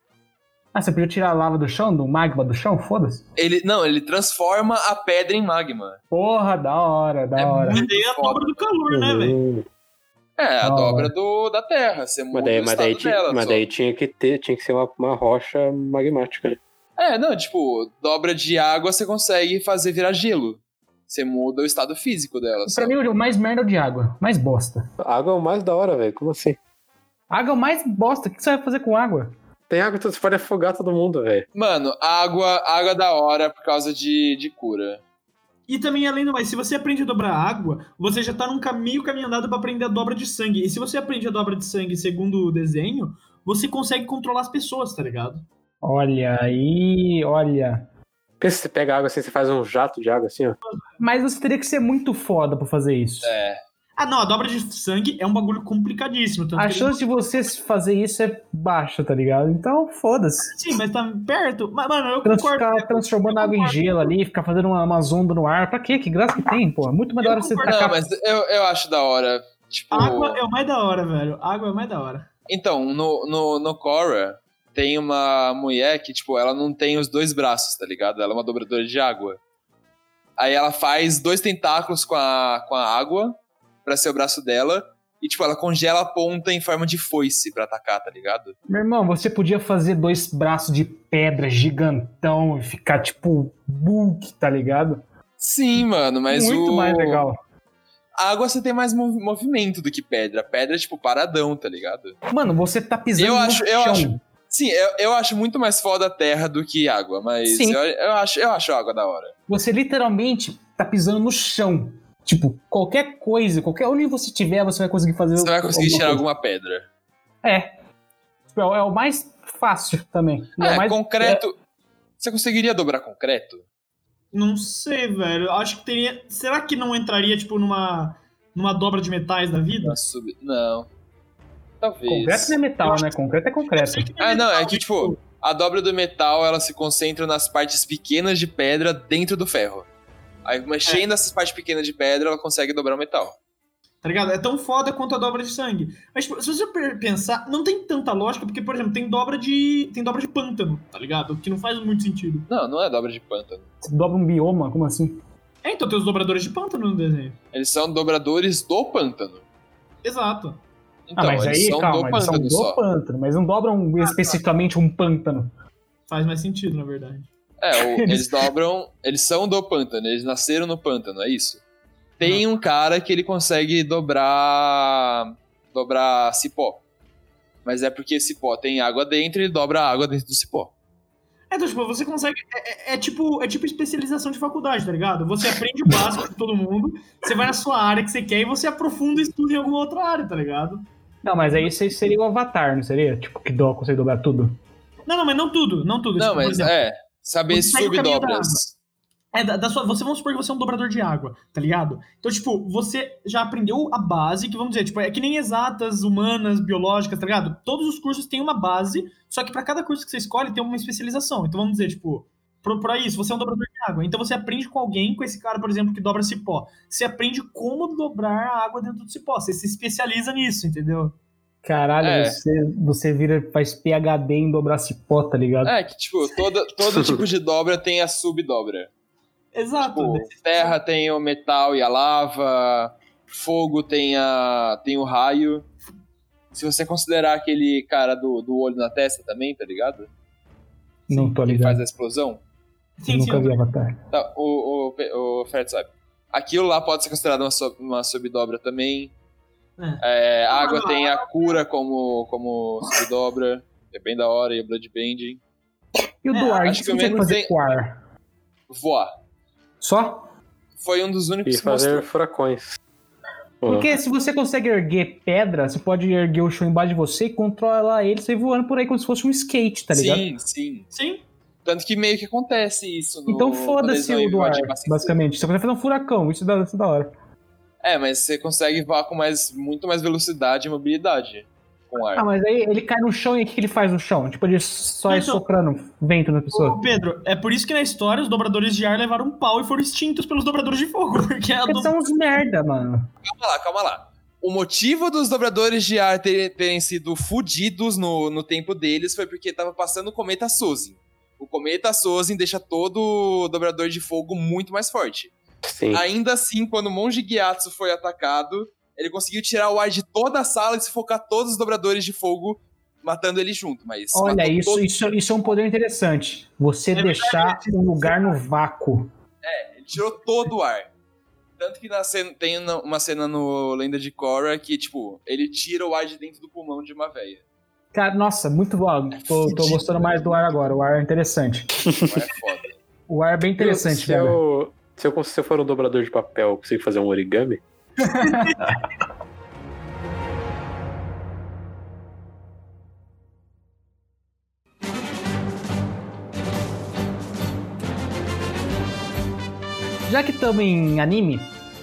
Ah, você podia tirar a lava do chão, do magma do chão? Foda-se. Ele, não, ele transforma a pedra em magma. Porra, da hora, da É hora. muito tem a foda. dobra do calor, né, velho? Hum, É, a Da dobra hora. do, da terra. Você muda Mas daí, o mas estado daí, ti- dela. mas só. daí tinha que ter, tinha que ser uma, uma rocha magmática. né? É, não, tipo, dobra de água você consegue fazer virar gelo. Você muda o estado físico dela. Só. Pra mim, o mais merda é o de água. Mais bosta. A água é o mais da hora, velho. Como assim? Água é o mais bosta. O que você vai fazer com água? Tem água, você pode afogar todo mundo, velho. Mano, água, água é da hora por causa de, de cura. E também, além do mais, se você aprende a dobrar água, você já tá num caminho caminho andado pra aprender a dobra de sangue. E se você aprende a dobra de sangue segundo o desenho, você consegue controlar as pessoas, tá ligado? Olha aí, olha. Pensa, você pega água assim, você faz um jato de água assim, ó. Mas você teria que ser muito foda pra fazer isso. É. Ah, não, a dobra de sangue é um bagulho complicadíssimo. Tanto A que chance de você fazer isso é baixa, tá ligado? Então, foda-se. ele... Sim, mas tá perto. Mas, mano, eu Trans- concordo. Ficar transformando água em gelo ali, ficar fazendo uma, umas ondas no ar. Pra quê? Que graça que tem, pô. Muito mais da hora você concordo. Não, tacar. mas eu, eu acho da hora. Tipo. Água é o mais da hora, velho. Água é o mais da hora. Então, no, no, no Korra, tem uma mulher que, tipo, ela não tem os dois braços, tá ligado? Ela é uma dobradora de água. Aí ela faz dois tentáculos com a, com a água pra ser o braço dela. E, tipo, ela congela a ponta em forma de foice pra atacar, tá ligado? Meu irmão, você podia fazer dois braços de pedra gigantão e ficar tipo Bulk, tá ligado? Sim, mano, mas Muito o... mais legal. A água você tem mais mov- movimento do que pedra. A pedra é, tipo, paradão, tá ligado? Mano, você tá pisando Eu no acho- eu chão. acho- Sim, eu, eu acho muito mais foda a terra do que água, mas Sim. eu, eu, acho, eu acho a água da hora. Você literalmente tá pisando no chão. Tipo, qualquer coisa, qualquer onde você tiver, você vai conseguir fazer. Você vai conseguir alguma tirar coisa. alguma pedra. É. Tipo, é o- é o mais fácil também. E É, o mais... concreto... Você conseguiria dobrar concreto? Não sei, velho. Acho que teria. Será que não entraria, tipo, numa, numa dobra de metais da vida? Na sub... Não. Talvez. Concreto não é metal, né? Concreto é concreto. Ah, não, é que, tipo, a dobra do metal, ela se concentra nas partes pequenas de pedra dentro do ferro. Aí, mexendo essas partes pequenas de pedra, ela consegue dobrar o metal. Tá ligado? É tão foda quanto a dobra de sangue. Mas, tipo, se você per- pensar, não tem tanta lógica, porque, por exemplo, tem dobra de. Tem dobra de pântano, tá ligado? Que não faz muito sentido. Não, não é dobra de pântano. Você dobra um bioma, como assim? É, então tem os dobradores de pântano no desenho. Eles são dobradores do pântano. Exato. Então, ah, mas eles aí, são calma, do eles são pântano do só. pântano, mas não dobram especificamente um pântano. Faz mais sentido, na verdade. É, o- eles dobram. Eles são do pântano, eles nasceram no pântano, é isso? Tem um cara que ele consegue dobrar. dobrar cipó. Mas é porque cipó tem água dentro e ele dobra a água dentro do cipó. É, então, tipo, você consegue. É, é- é tipo, é tipo especialização de faculdade, tá ligado? Você aprende o básico de todo mundo, você vai na sua área que você quer e você aprofunda e estuda em alguma outra área, tá ligado? Não, mas aí você seria o Avatar, não seria? Tipo, que do, consegue dobrar tudo. Não, não, mas não tudo, não tudo. Não, Tipo, por mas exemplo, é. Saber você segue o caminho da subdobras. É, da, da sua, você vamos supor que você é um dobrador de água, tá ligado? Então, tipo, você já aprendeu a base, que vamos dizer, tipo, é que nem exatas, humanas, biológicas, tá ligado? Todos os cursos têm uma base, só que pra cada curso que você escolhe tem uma especialização. Então, vamos dizer, tipo, pra, pra isso, você é um dobrador de água. Então, você aprende com alguém, com esse cara, por exemplo, que dobra cipó. Você aprende como dobrar a água dentro do cipó. Você se especializa nisso, entendeu? Caralho, É. você, você vira, faz P H D em dobrar cipó, tá ligado? É, que tipo, toda, todo tipo de dobra tem a subdobra. Exato. Tipo, terra tem o metal e a lava, fogo tem, a, tem o raio. Se você considerar aquele cara do, do olho na testa também, tá ligado? Não tô Ele ligado. faz a explosão. Eu sim, nunca sim. vi Avatar. Tá, o, o, o Fred sabe. Aquilo lá pode ser considerado uma, sub, uma subdobra também. É. É, a água tem a cura como, como subdobra. É bem da hora, e o Bloodbending. E o É, do ar, o acho que que você o consegue menos fazer tem- com o ar? Voar. Só? Foi um dos únicos E que mostrou. fazer furacões. Porque se você consegue erguer pedra, você pode erguer o chão embaixo de você e controlar ele, você voando por aí como se fosse um skate, tá ligado? Sim, sim. Sim. Tanto que meio que acontece isso no Então quando eles foda-se vão o do ar, invadir Pacific. basicamente. Você consegue fazer um furacão, isso dá, isso é da hora. É, mas você consegue voar com mais, muito mais velocidade e mobilidade com ar. Ah, mas aí ele cai no chão e o que que ele faz no chão? Tipo, ele só é Então- soprando vento na pessoa. Ô, Pedro, é por isso que na história os dobradores de ar levaram um pau e foram extintos pelos dobradores de fogo. Porque a Eles do... são uns merda, mano. Calma lá, calma lá. O motivo dos dobradores de ar terem, terem sido fudidos no, no tempo deles foi porque tava passando o cometa Sozin. O cometa Sozin deixa todo dobrador de fogo muito mais forte. Sim. Ainda assim, quando o Monge Gyatso foi atacado, ele conseguiu tirar o ar de toda a sala e sufocar todos os dobradores de fogo, matando ele junto. Mas Olha, matou isso, todos. isso, isso é um poder interessante. Você É deixar um lugar no vácuo. Ele tirou todo o ar. Tanto que na cena- tem na- uma cena no Lenda de Korra que, tipo, ele tira o ar de dentro do pulmão de uma véia. Cara, nossa, muito bom. Tô, tô fudido, gostando mais do ar agora. O ar é interessante. O ar é foda. O ar é bem interessante, se velho. eu, se, eu, se eu for um dobrador de papel, eu consigo fazer um origami? Já que estamos em anime,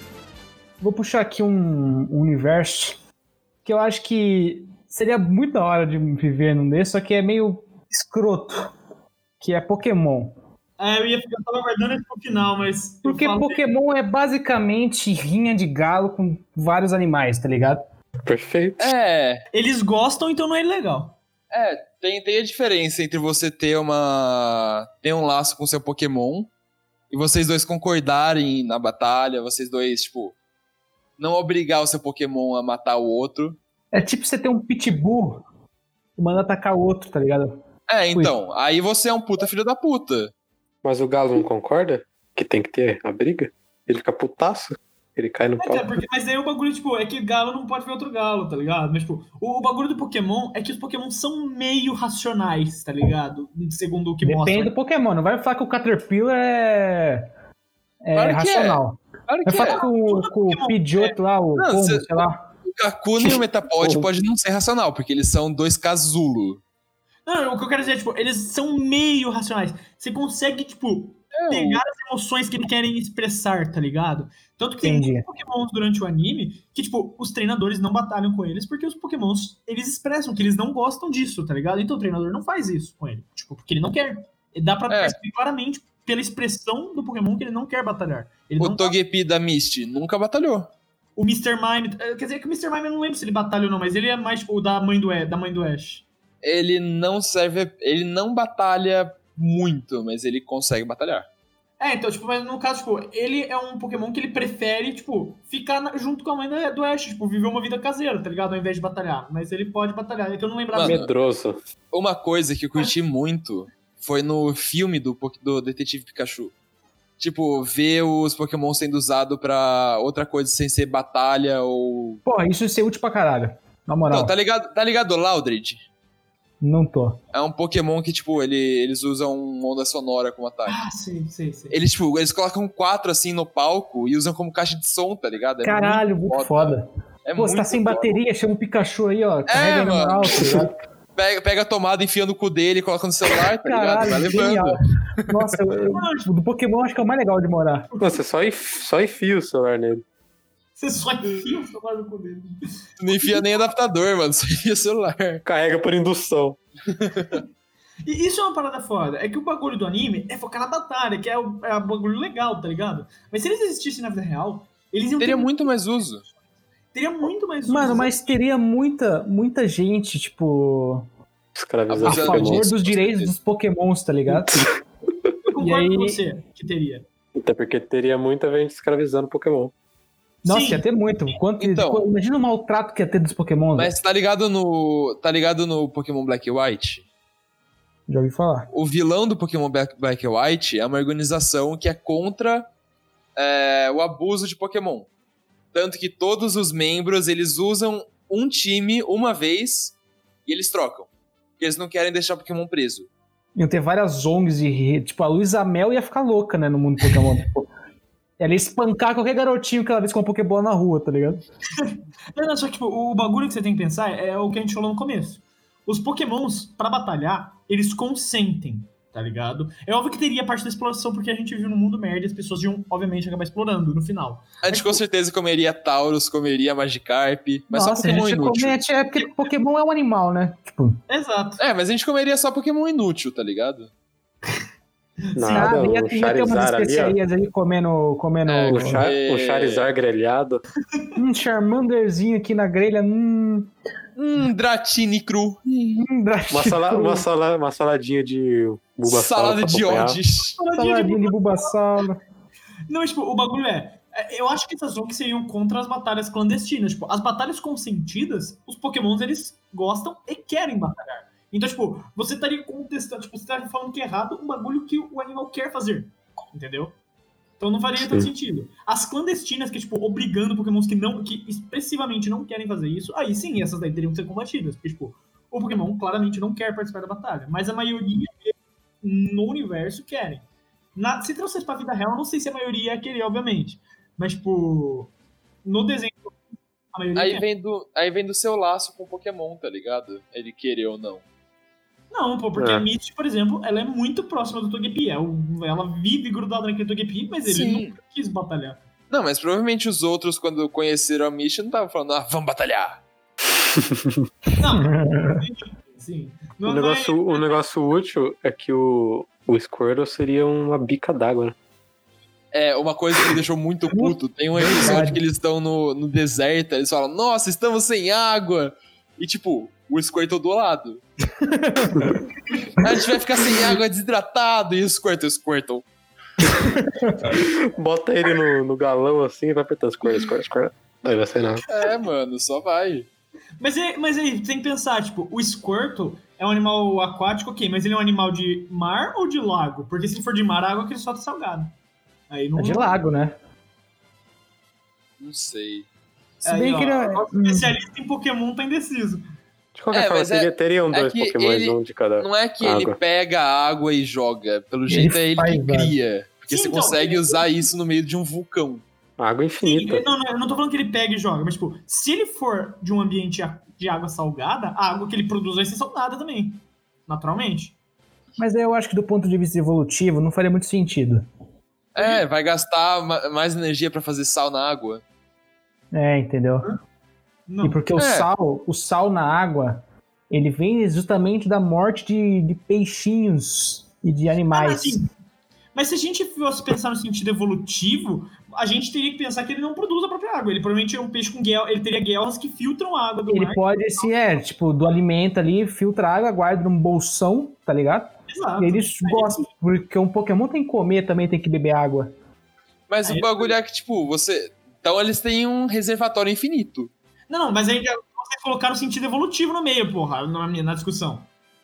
vou puxar aqui um, um universo que eu acho que seria muito da hora de viver num desse, só que é meio escroto, que é Pokémon. É, eu ia ficar eu tava aguardando isso pro final, mas. eu Porque falo- Pokémon é basicamente rinha de galo com vários animais, tá ligado? Perfeito. É, Eles gostam, então não é ilegal. é, tem, tem a diferença entre você ter uma. ter um laço com seu Pokémon e vocês dois concordarem na batalha, vocês dois, tipo, não obrigar o seu Pokémon a matar o outro. É tipo você ter um pitbull e manda atacar o outro, tá ligado? É, então, aí você é um puta filho da puta. Mas o galo não concorda que tem que ter a briga? Ele fica putaço. Ele cai no É, pau. cara, porque, mas aí o bagulho, tipo, é que galo não pode ver outro galo, tá ligado? Mas, tipo, o, o bagulho do Pokémon é que os Pokémon são meio racionais, tá ligado? Segundo o que Depende mostra. do Pokémon. Não vai falar que o Caterpillar é, é Claro que é. racional. Claro Vai que falar é. que o, com o Pidgeotto lá, o Não, Pombo, cê- sei lá. O Kakuna e o Metapod pode não ser racional, porque eles são dois casulo. Não, o que eu quero dizer é, tipo, eles são meio racionais. Você consegue, tipo, pegar as emoções que eles querem expressar, tá ligado? Tanto que tem Entendi. muitos Pokémons durante o anime que, tipo, os treinadores não batalham com eles porque os Pokémons, eles expressam que eles não gostam disso, tá ligado? Então o treinador não faz isso com ele. Tipo, porque ele não quer. Dá pra É. perceber claramente pela expressão do Pokémon que ele não quer batalhar. Ele O não Togepi da Misty nunca batalhou. O mister Mime. eh, Quer dizer que o mister Mime eu não lembro se ele batalha ou não, mas ele é mais tipo, o da mãe do, Ash- da mãe do Ash. Ele não serve. Ele não batalha muito, mas ele consegue batalhar. É, então, tipo, mas no caso, tipo, ele é um Pokémon que ele prefere, tipo, ficar na- junto com a mãe do, do Ash, tipo, viver uma vida caseira, tá ligado? Ao invés de batalhar. Mas ele pode batalhar, então eu não lembrava. Mano, Medroso. Uma coisa que eu curti muito foi no filme do, Po- do Detetive Pikachu. Tipo, ver os Pokémon sendo usados pra outra coisa sem ser batalha ou... Porra, isso ia ser útil pra caralho. Na moral. Não, tá ligado, tá ligado o Loudred? Não tô. É um Pokémon que, tipo, ele, eles usam onda sonora como ataque. Ah, sei, sei, sei. Eles, tipo, eles colocam quatro, assim, no palco e usam como caixa de som, tá ligado? É Caralho, muito foda. É Pô, você tá muito sem foda. bateria, chama o Pikachu aí, ó. Carrega aí na mano. moral, tá ligado? Pega, pega a tomada, enfia no cu dele e coloca no celular, tá ligado? Vai Caralho, levando. genial. Nossa, eu, eu, tipo, do Pokémon acho que é o mais legal de morar. Nossa, só, enf- só enfia o celular nele. Você só enfia o celular no cu dele. Tu não enfia nem adaptador, mano, só enfia o celular. Carrega por indução. E isso é uma parada foda. É que o bagulho do anime é focar na batalha, que é o, é o bagulho legal, tá ligado? Mas se eles existissem na vida real, eles iam Teria ter muito mais uso. Teria muito mais uso. Mano, mas teria muita, muita gente, tipo, a Escravizar Abusando favor Pokémon. disso. dos direitos dos Pokémons, tá ligado? Eu concordo E aí- com você que teria. Até porque teria muita gente escravizando Pokémon. Nossa, Sim. ia ter muito. Quanto, Então. tipo, imagina o maltrato que ia ter dos Pokémon. Mas tá ligado no. Tá ligado no Pokémon Black e White? Já ouvi falar. O vilão do Pokémon Black, Black e White é uma organização que é contra é, o abuso de Pokémon. Tanto que todos os membros, eles usam um time uma vez e eles trocam. Porque eles não querem deixar o Pokémon preso. Iam ter várias O N Gs e, tipo, a Luísa Mel ia ficar louca, né, no mundo Pokémon. Tipo, ela ia espancar qualquer garotinho que ela visse com uma Pokébola na rua, tá ligado? Não, não, só que tipo, o bagulho que você tem que pensar é o que a gente falou no começo. Os Pokémons, pra batalhar, eles consentem, tá ligado? É óbvio que teria parte da exploração, porque a gente viu no mundo merda e as pessoas iam, obviamente, acabar explorando no final. A gente com certeza comeria Taurus, comeria Magikarp, mas Nossa, só Pokémon a gente inútil. comete, é porque Pokémon é um animal, né? Tipo, Exato. É, mas a gente comeria só Pokémon inútil, tá ligado? Nada, sabe, ia, o ia ter umas Charizard ali, ó. especiarias ali comendo, comendo É, O, Char É. o Charizard grelhado. um Charmanderzinho aqui na grelha. Hum, Hum, Dratini cru. hum, Uma, sala, uma, sala, uma saladinha de Bulbasaur Salada pra de acompanhar. odds. saladinha de Bulbasaur. Não, tipo, o bagulho é... é, Eu acho que essas O N Gs seriam contra as batalhas clandestinas. Tipo, as batalhas consentidas, os Pokémons, eles gostam e querem batalhar. Então, tipo, você estaria contestando... Tipo, você estaria falando que é errado um bagulho que o animal quer fazer. Entendeu? Então não faria tanto Sim. sentido. As clandestinas, que, tipo, obrigando Pokémons que, não, que expressivamente não querem fazer isso, aí sim, essas daí teriam que ser combatidas. Porque, tipo, o Pokémon claramente não quer participar da batalha. Mas a maioria no universo querem. Na, se trouxer pra vida real, eu não sei se a maioria ia querer, obviamente. Mas, tipo, no desenho, a maioria Aí quer. vem, do, aí vem do seu laço com o Pokémon, tá ligado? Ele querer ou não. Não, pô, porque É. a Misty, por exemplo, ela é muito próxima do Togepi. Ela, ela vive grudada naquele Togepi, mas ele Sim. nunca quis batalhar. Não, mas provavelmente os outros, quando conheceram a Misty, não estavam falando, ah, vamos batalhar. Não, sim. Não, O não é- negócio, o negócio útil é que o, o Squirtle seria uma bica d'água, né? É, uma coisa que me deixou muito puto, tem um episódio que eles estão no, no deserto, eles falam, nossa, estamos sem água. E tipo, o Squirtle do lado. A gente vai ficar sem água desidratado. E o Squirtle, Squirtle. Bota ele no, no galão assim e vai apertando Squirtle, Squirtle, Squirtle. Aí vai sair nada. É, mano, só vai. Mas, é, mas aí, tem que pensar, tipo, o Squirtle é um animal aquático, ok, mas ele é um animal de mar ou de lago? Porque se ele for de mar, a água que ele solta é salgada. Aí não... É de lago, né? Não sei. Se Aí, bem ó, que ele é- nosso hum. especialista em Pokémon tá indeciso. De qualquer É, forma, mas é- teria, teriam é dois que Pokémons, ele- um de cada. Não é que Água. ele pega a água e joga. Pelo jeito é ele faz, que velho. cria. Porque Sim, você então, consegue ele- usar isso no meio de um vulcão. Água Sim, infinita. não, não, eu não tô falando que ele pega e joga, mas, tipo, se ele for de um ambiente a- de água salgada, a água que ele produz vai ser salgada também. Naturalmente. Mas aí eu acho que do ponto de vista evolutivo não faria muito sentido. É, vai gastar ma- mais energia pra fazer sal na água. É, entendeu? Não. E porque o É. sal, o sal na água, ele vem justamente da morte de, de peixinhos e de Ah, animais. assim, mas se a gente fosse pensar no sentido evolutivo, a gente teria que pensar que ele não produz a própria água. Ele provavelmente é um peixe com guel, ele teria guelras que filtram a água do Ele mar. pode, se é, tipo, do alimento ali, filtra água, guarda num bolsão, tá ligado? Exato. E eles gostam, porque um Pokémon tem que comer, também tem que beber água. Mas Aí- o bagulho é que, tipo, você. Então eles têm um reservatório infinito. Não, não, mas aí já- vocês colocaram o sentido evolutivo no meio, porra, na, minha- na discussão.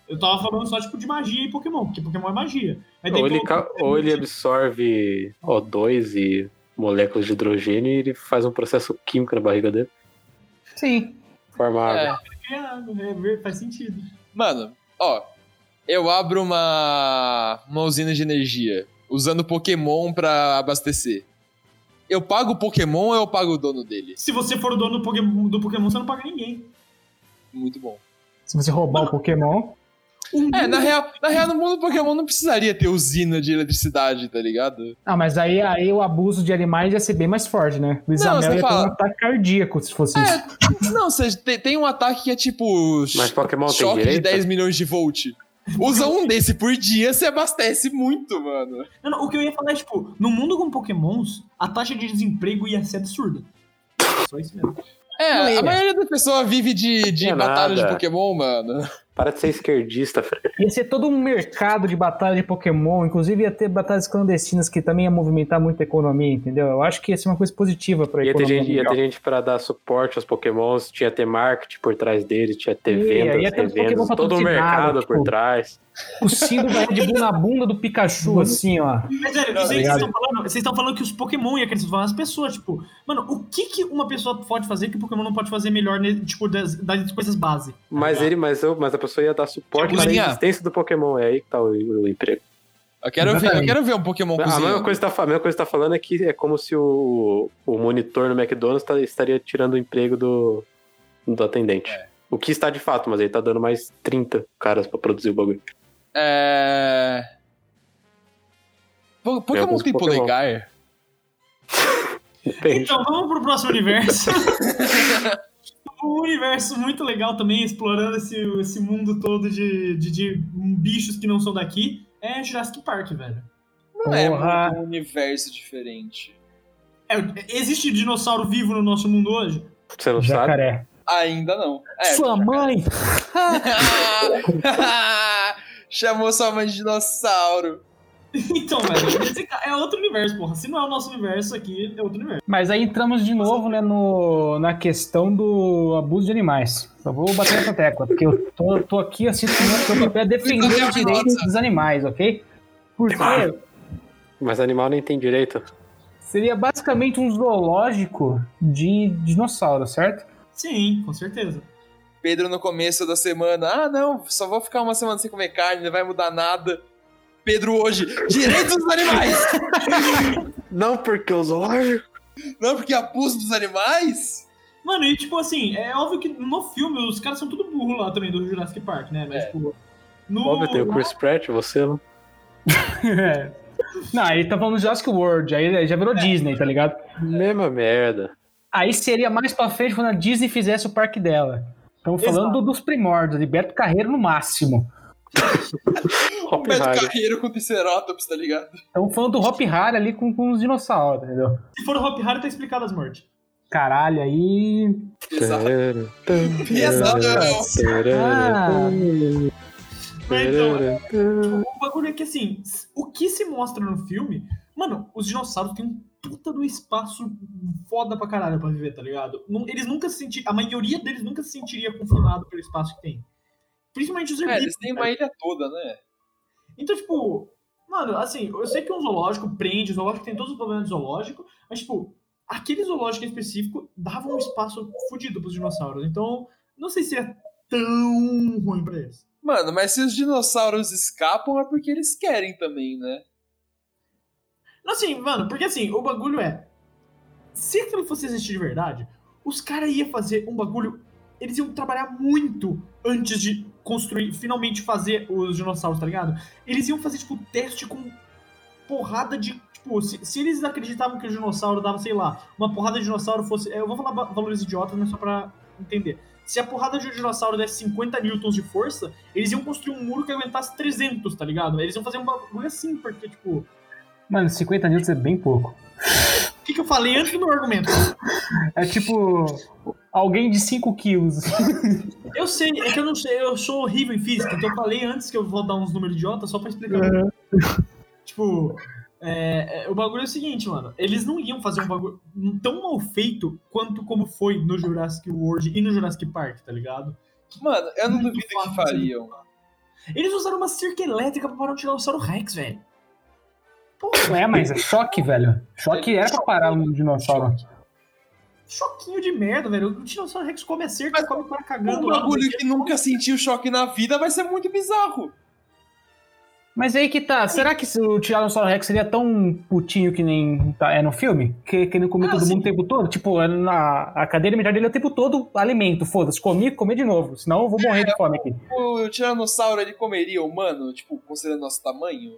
Eu tava falando só, tipo, de magia e Pokémon, porque Pokémon é magia. Mas tem Ou ele, Pokémon ca- que é ou ele magia. absorve O dois e moléculas de hidrogênio e ele faz um processo químico na barriga dele. Sim. Forma água. É. É água, é ver- faz sentido. Mano, ó, eu abro uma, uma usina de energia usando Pokémon pra abastecer. Eu pago o Pokémon ou eu pago o dono dele? Se você for o dono do Pokémon, do Pokémon você não paga ninguém. Muito bom. Se você roubar o Pokémon. É, na real, na real, no mundo Pokémon não precisaria ter usina de eletricidade, tá ligado? Ah, mas aí, aí o abuso de animais ia ser bem mais forte, né? Luiz Não, Amel você ia ter fala- um ataque cardíaco se fosse isso. É, não, você tem, tem um ataque que é tipo Mas Pokémon tem choque de direito? dez milhões de volt. Usa um desse por dia, você abastece muito, mano. Não, não, o que eu ia falar é, tipo, no mundo com Pokémons, a taxa de desemprego ia ser absurda. Só isso mesmo. É, Não a ia. maioria das pessoas vive de, de Não é batalha de nada. Pokémon, mano. Para de ser esquerdista, Fred. Ia ser todo um mercado de batalha de Pokémon, inclusive ia ter batalhas clandestinas que também ia movimentar muito a economia, entendeu? Eu acho que ia ser uma coisa positiva pra Ia ter, economia gente, ia mundial. ter gente pra dar suporte aos Pokémons, tinha ter marketing por trás deles, tinha ter Ia, vendas, ia ter uns Pokémon revendas, todo um patrocinados, mercado tipo, por trás. O símbolo da Red Bull na bunda do Pikachu, assim, ó. Mas, velho, Não, isso aí que vocês ligado? estão falando, vocês estão falando que os Pokémon iam crescer, falando as pessoas, tipo, mano, o que que uma pessoa pode fazer que o Pokémon não pode fazer melhor, né, tipo, das, das coisas base? Mas ele, mas, eu, mas a pessoa ia dar suporte Tipo, para a Linha. existência do Pokémon, é aí que tá o, o emprego. Eu quero, ver, eu Exatamente. quero ver um Pokémon A mesma, cozinhando. coisa que tá, fa- a mesma coisa que tá falando é que é como se o, o monitor no McDonald's tá- estaria tirando o emprego do, do atendente. O que está de fato, mas ele tá dando mais trinta caras pra produzir o bagulho. É... Po- Pokémon alguns tem Pokémon. polegar? Depende. Então, vamos pro próximo universo. Um universo muito legal também, explorando esse, esse mundo todo de, de, de bichos que não são daqui, é Jurassic Park, velho. Não é Porra. muito um universo diferente. É, existe dinossauro vivo no nosso mundo hoje? Você não sabe? Jacaré. Ainda não. É, Sua mãe! Chamou sua mãe de dinossauro. Então, velho, esse ca- é outro universo, porra. Se não é o nosso universo aqui, é outro universo. Mas aí entramos de novo, né, no, na questão do abuso de animais. Só vou bater nessa tecla, porque eu tô, tô aqui assim, o meu papel é defender os direitos dos animais, ok? Porque Mas animal nem tem direito. seria basicamente um zoológico de dinossauro, certo? Sim, com certeza. Pedro no começo da semana, ah não, só vou ficar uma semana sem comer carne, não vai mudar nada. Pedro hoje, direitos dos animais! Não, porque o zoológico. Não, porque abuso dos animais? Mano, e tipo assim, é óbvio que no filme os caras são tudo burro lá também do Jurassic Park, né? Mas, É. tipo, no... Óbvio, tem o Chris Pratt, você não. É. Não, aí tá falando Jurassic World, aí já virou Disney, tá ligado? Mesma merda. Aí seria mais pra frente quando a Disney fizesse o parque dela. Estamos falando Exato. dos primórdios, de Beto Carreiro no máximo. O Hop Beto Harry. Carreiro com Triceratops, tá ligado? Estamos falando do Hop Harry ali com, com os dinossauros, entendeu? Se for o Hop Harry, tá explicado as mortes. Caralho, aí. Exato. Exato. Ah, Mas então, o bagulho é que assim, o que se mostra no filme, mano, os dinossauros têm um puta do espaço foda pra caralho pra viver, tá ligado? Não- Eles nunca se sentiriam, a maioria deles nunca se sentiria confinado pelo espaço que tem. Principalmente os É, herbívoros. eles têm uma ilha toda, né? Então, tipo, mano, assim, eu sei que um zoológico prende, o zoológico tem todos os problemas do zoológico, mas, tipo, aquele zoológico em específico dava um espaço fodido pros dinossauros. Então, não sei se é tão ruim pra eles. Mano, mas se os dinossauros escapam é porque eles querem também, né? Assim, mano, porque assim, o bagulho é. Se aquilo fosse existir de verdade, os caras iam fazer um bagulho. Eles iam trabalhar muito antes de construir, finalmente fazer os dinossauros, tá ligado? Eles iam fazer, tipo, teste com porrada de. Tipo, se, se eles acreditavam que o dinossauro dava, sei lá, uma porrada de dinossauro fosse. Eu vou falar ba- valores idiotas, mas só pra entender. Se a porrada de um dinossauro desse cinquenta newtons de força, eles iam construir um muro que aguentasse trezentos, tá ligado? Eles iam fazer um bagulho assim, porque, tipo. mano, cinquenta minutos é bem pouco. O que, que eu falei antes do meu argumento? É tipo. Alguém de cinco quilos. Eu sei, é que eu não sei, eu sou horrível em física, então eu falei antes que eu vou dar uns números idiotas só pra explicar. Tipo, é, é, o bagulho é o seguinte, mano. Eles não iam fazer um bagulho tão mal feito quanto como foi no Jurassic World e no Jurassic Park, tá ligado? Mano, eu não Muito duvido fácil que de ser fariam. Eles usaram uma cerca elétrica pra parar o Tiranossauro Rex, velho. Porra, É, mas é choque, velho. Choque era pra parar um dinossauro. choquinho de merda, velho. O Tiranossauro Rex come a cerca, come o cara cagando Um lá. bagulho que nunca sentiu choque na vida vai ser muito bizarro. Mas aí que tá, será que o Tiranossauro Rex seria tão putinho que nem tá- é no filme? Que, que ele comia Ah, todo sim. mundo o tempo todo? Tipo, na, a cadeia alimentar dele é o tempo todo alimento, foda-se, comi, comer de novo, senão eu vou morrer de fome aqui. O tiranossauro, ele comeria humano, tipo, considerando nosso tamanho?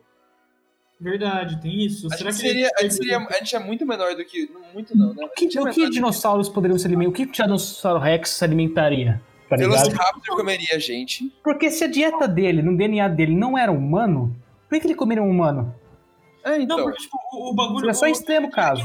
Verdade, tem isso. A Será gente, que seria, ele- a, gente seria, a gente é muito menor do que... Muito não, né? O que, A gente é o menor que do que- dinossauros poderiam se alimentar? O que o Tiranossauro Rex se alimentaria? Tá ligado? Velociraptor comeria a gente. Porque se a dieta dele, no D N A dele, não era humano, por que que ele comeria um humano? É, então. Não, porque, tipo, o, o bagulho... Seria só o- extremo caso.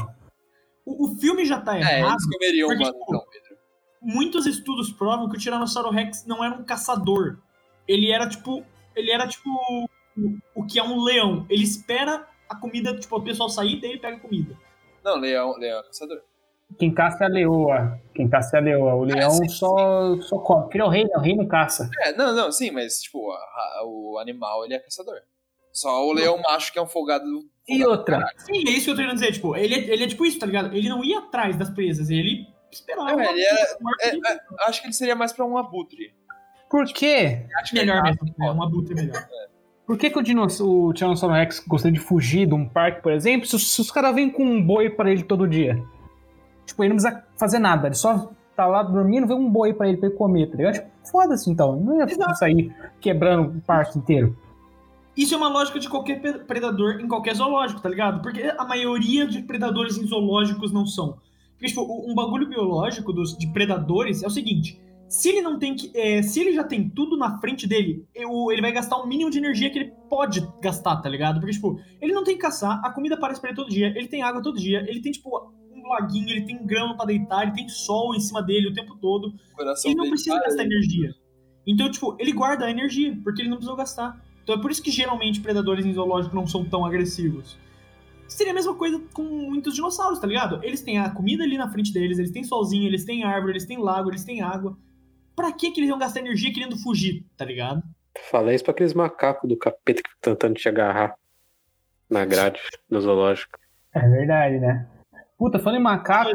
O, o filme já tá É, errado. eles comeriam porque, humano, tipo, não, Pedro. Muitos estudos provam que o Tiranossauro Rex não era um caçador. Ele era, tipo... Ele era, tipo... O, o que é um leão. Ele espera a comida, tipo, o pessoal sair, daí ele pega a comida. Não, leão, leão é caçador. Quem caça é a leoa. Quem caça é a leoa. O leão sim, só, só come. Porque ele é o rei, né? O rei não caça. É, não, não, sim, mas, tipo, a- a- o animal, ele é caçador. Só o leão macho que é um folgado... E folgado outra, caralho. Sim, é isso que eu tô querendo dizer. Tipo, ele, é- ele é tipo isso, tá ligado? Ele não ia atrás das presas, ele esperava. É, ele era- uma- É, é, acho que ele seria mais pra um abutre. por quê? Acho que melhor ele mesmo. É, um abutre melhor. Por que, que o, dinos- o Tiranossauro Rex gostaria de fugir de um parque, por exemplo, se, os- se os caras vêm com um boi pra ele todo dia? Tipo, ele não precisa fazer nada, ele só tá lá dormindo, vê um boi pra ele, pra ele comer, tá ligado? Tipo, foda-se então, não ia Exato. sair quebrando o parque inteiro. Isso é uma lógica de qualquer pe- predador em qualquer zoológico, tá ligado? Porque a maioria de predadores em zoológicos não são. Porque, tipo, um bagulho biológico dos, de predadores é o seguinte: se ele não tem que. é, se ele já tem tudo na frente dele, eu- ele vai gastar o mínimo de energia que ele pode gastar, tá ligado? Porque, tipo, ele não tem que caçar, a comida aparece pra ele todo dia, ele tem água todo dia, ele tem, tipo, um laguinho, ele tem grama pra deitar, ele tem sol em cima dele o tempo todo. O coração Ele não dele precisa para, gastar ele- energia. Então, tipo, ele guarda a energia, porque ele não precisou gastar. Então é por isso que geralmente predadores em zoológico não são tão agressivos. Seria a mesma coisa com muitos dinossauros, tá ligado? Eles têm a comida ali na frente deles, eles têm solzinho, eles têm árvore, eles têm lago, eles têm água. Pra que que eles iam gastar energia querendo fugir, tá ligado? Falei isso pra aqueles macacos do capeta que estão tentando te agarrar na grade do zoológico. É verdade, né? Puta, falando em macaco,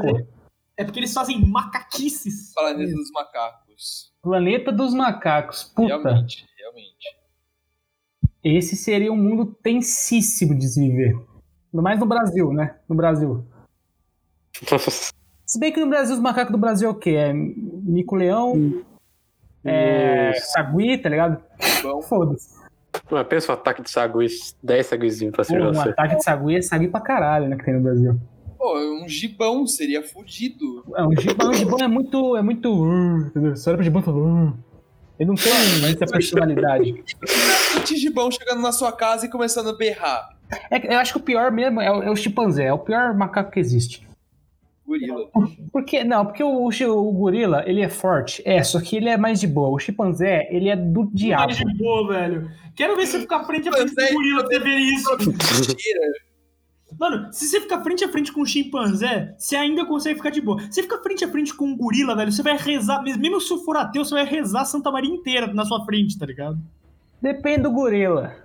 É porque eles fazem macaquices. Planeta dos macacos. planeta dos macacos, puta. Realmente, realmente. Esse seria um mundo tensíssimo de se viver. Ainda mais no Brasil, né? No Brasil. Se bem que no Brasil, os macacos do Brasil é o quê? É mico-leão, é sagui, tá ligado? Bom, Foda-se. Mas pensa um ataque de sagui, dez saguizinhos pra Pô, cima um de você. ataque de sagui é sagui pra caralho, né? Que tem no Brasil. pô, um gibão seria fudido. É, um gibão, um gibão é muito... É muito... Uh, entendeu? Você olha pro gibão e fala... Uh, ele não tem muita personalidade. Um gibão chegando na sua casa e começando a berrar. É, que eu acho que o pior mesmo é o, é o chimpanzé. É o pior macaco que existe. Gorila. Por que? Não, porque o, o, o gorila, ele é forte. É, só que ele é mais de boa. O chimpanzé, ele é do diabo. Mais de boa, velho. Quero ver você ficar frente a frente com Chimpanzé o gorila pra você ver isso. Mentira. Mano, se você ficar frente a frente com um chimpanzé, você ainda consegue ficar de boa. Você fica frente a frente com um gorila, velho, você vai rezar, mesmo se for ateu, você vai rezar Santa Maria inteira na sua frente, tá ligado? Depende do gorila.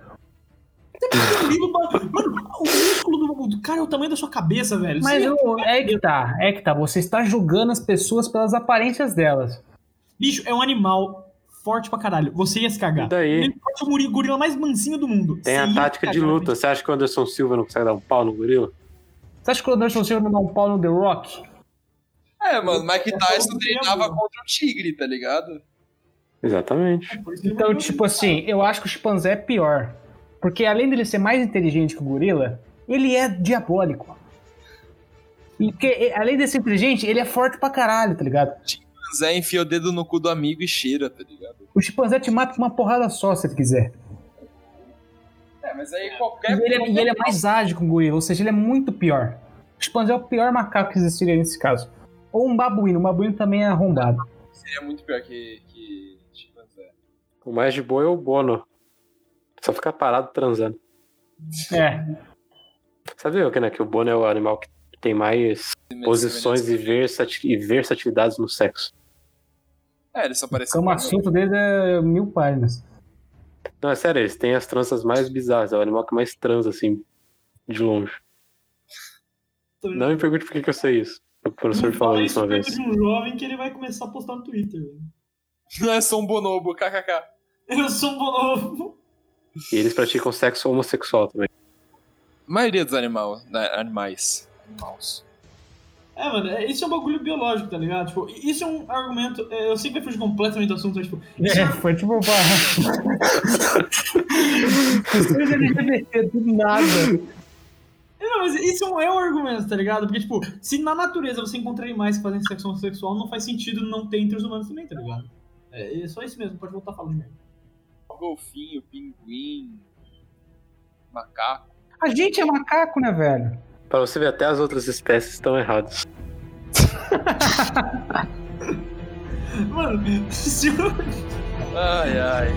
Mano, o músculo do, do cara é o tamanho da sua cabeça, velho. Mas Você- o, é que tá, é que tá. Você está julgando as pessoas pelas aparências delas. Bicho, é um animal forte pra caralho. Você ia se cagar. E daí? Ele pode ser o muri- gorila mais mansinho do mundo. Tem Você a ia tática se de cagar, luta. Você acha que o Anderson Silva não consegue dar um pau no gorila? Você acha que o Anderson Silva não dá um pau no The Rock? É, mano, Mike Tyson Eu- treinava contra o tigre, tá ligado? Exatamente. Por isso que ele Então, morreu. tipo assim, eu acho que o chimpanzé é pior. Porque além dele ser mais inteligente que o gorila, ele é diabólico. E porque, e, além de ser inteligente, ele é forte pra caralho, tá ligado? Zé enfia o dedo no cu do amigo e cheira, tá ligado? O chimpanzé te mata com uma porrada só, se ele quiser. É, mas aí E qualquer... ele, é, e ele é mais ágil que o gorila, ou seja, ele é muito pior. O chimpanzé é o pior macaco que existiria nesse caso. Ou um babuíno, o babuíno também é arrombado. Seria muito pior que, que chimpanzé. O mais de boa é o Bono. Só ficar parado transando. É, Sabe o que, né? Que o Bono é o animal que tem mais posições e, versati- e versatilidades no sexo. É, ele só parece... então o assunto dele é mil páginas. Não, é sério, eles têm as tranças mais bizarras. É o animal que mais transa, assim, de longe. Não me pergunte por que, que eu sei isso. O professor falou Fala isso uma perto vez. de um jovem que ele vai começar a postar no Twitter. velho. Não é só um bonobo, kkk. Eu sou um bonobo. E eles praticam sexo homossexual também. A maioria dos animal, né, animais. Animais. É, mano, é- isso é um bagulho biológico, tá ligado? Tipo, isso é um argumento. é, Eu sei que vai fugir completamente do assunto, mas, tipo. Isso É, é, foi tipo, pá. Pessoas L G B T, do nada. não, mas isso é um argumento, tá ligado? Porque, tipo, se na natureza você encontra animais que fazem sexo homossexual, não faz sentido não ter entre os humanos também, tá ligado? É, é só isso mesmo, pode voltar falando mesmo. Golfinho, pinguim, macaco. A gente é macaco, né, velho? Pra você ver, até as outras espécies estão erradas. Mano, se eu. Ai, ai.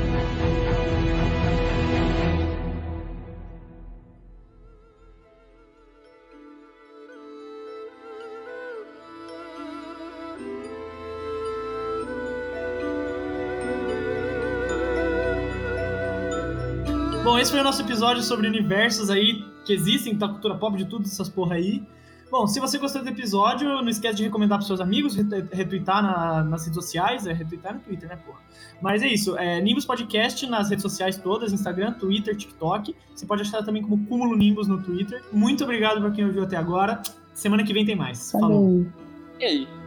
Bom, esse foi o nosso episódio sobre universos aí que existem, da cultura pop, de tudo, essas porra aí. Bom, se você gostou do episódio, não esquece de recomendar pros seus amigos, re- retweetar na- nas redes sociais, é retweetar no Twitter, né, porra? Mas é isso, é Nimbus Podcast nas redes sociais todas, Instagram, Twitter, TikTok. Você pode achar também como Cúmulo Nimbus no Twitter. Muito obrigado pra quem ouviu até agora. Semana que vem tem mais. Falou. E aí?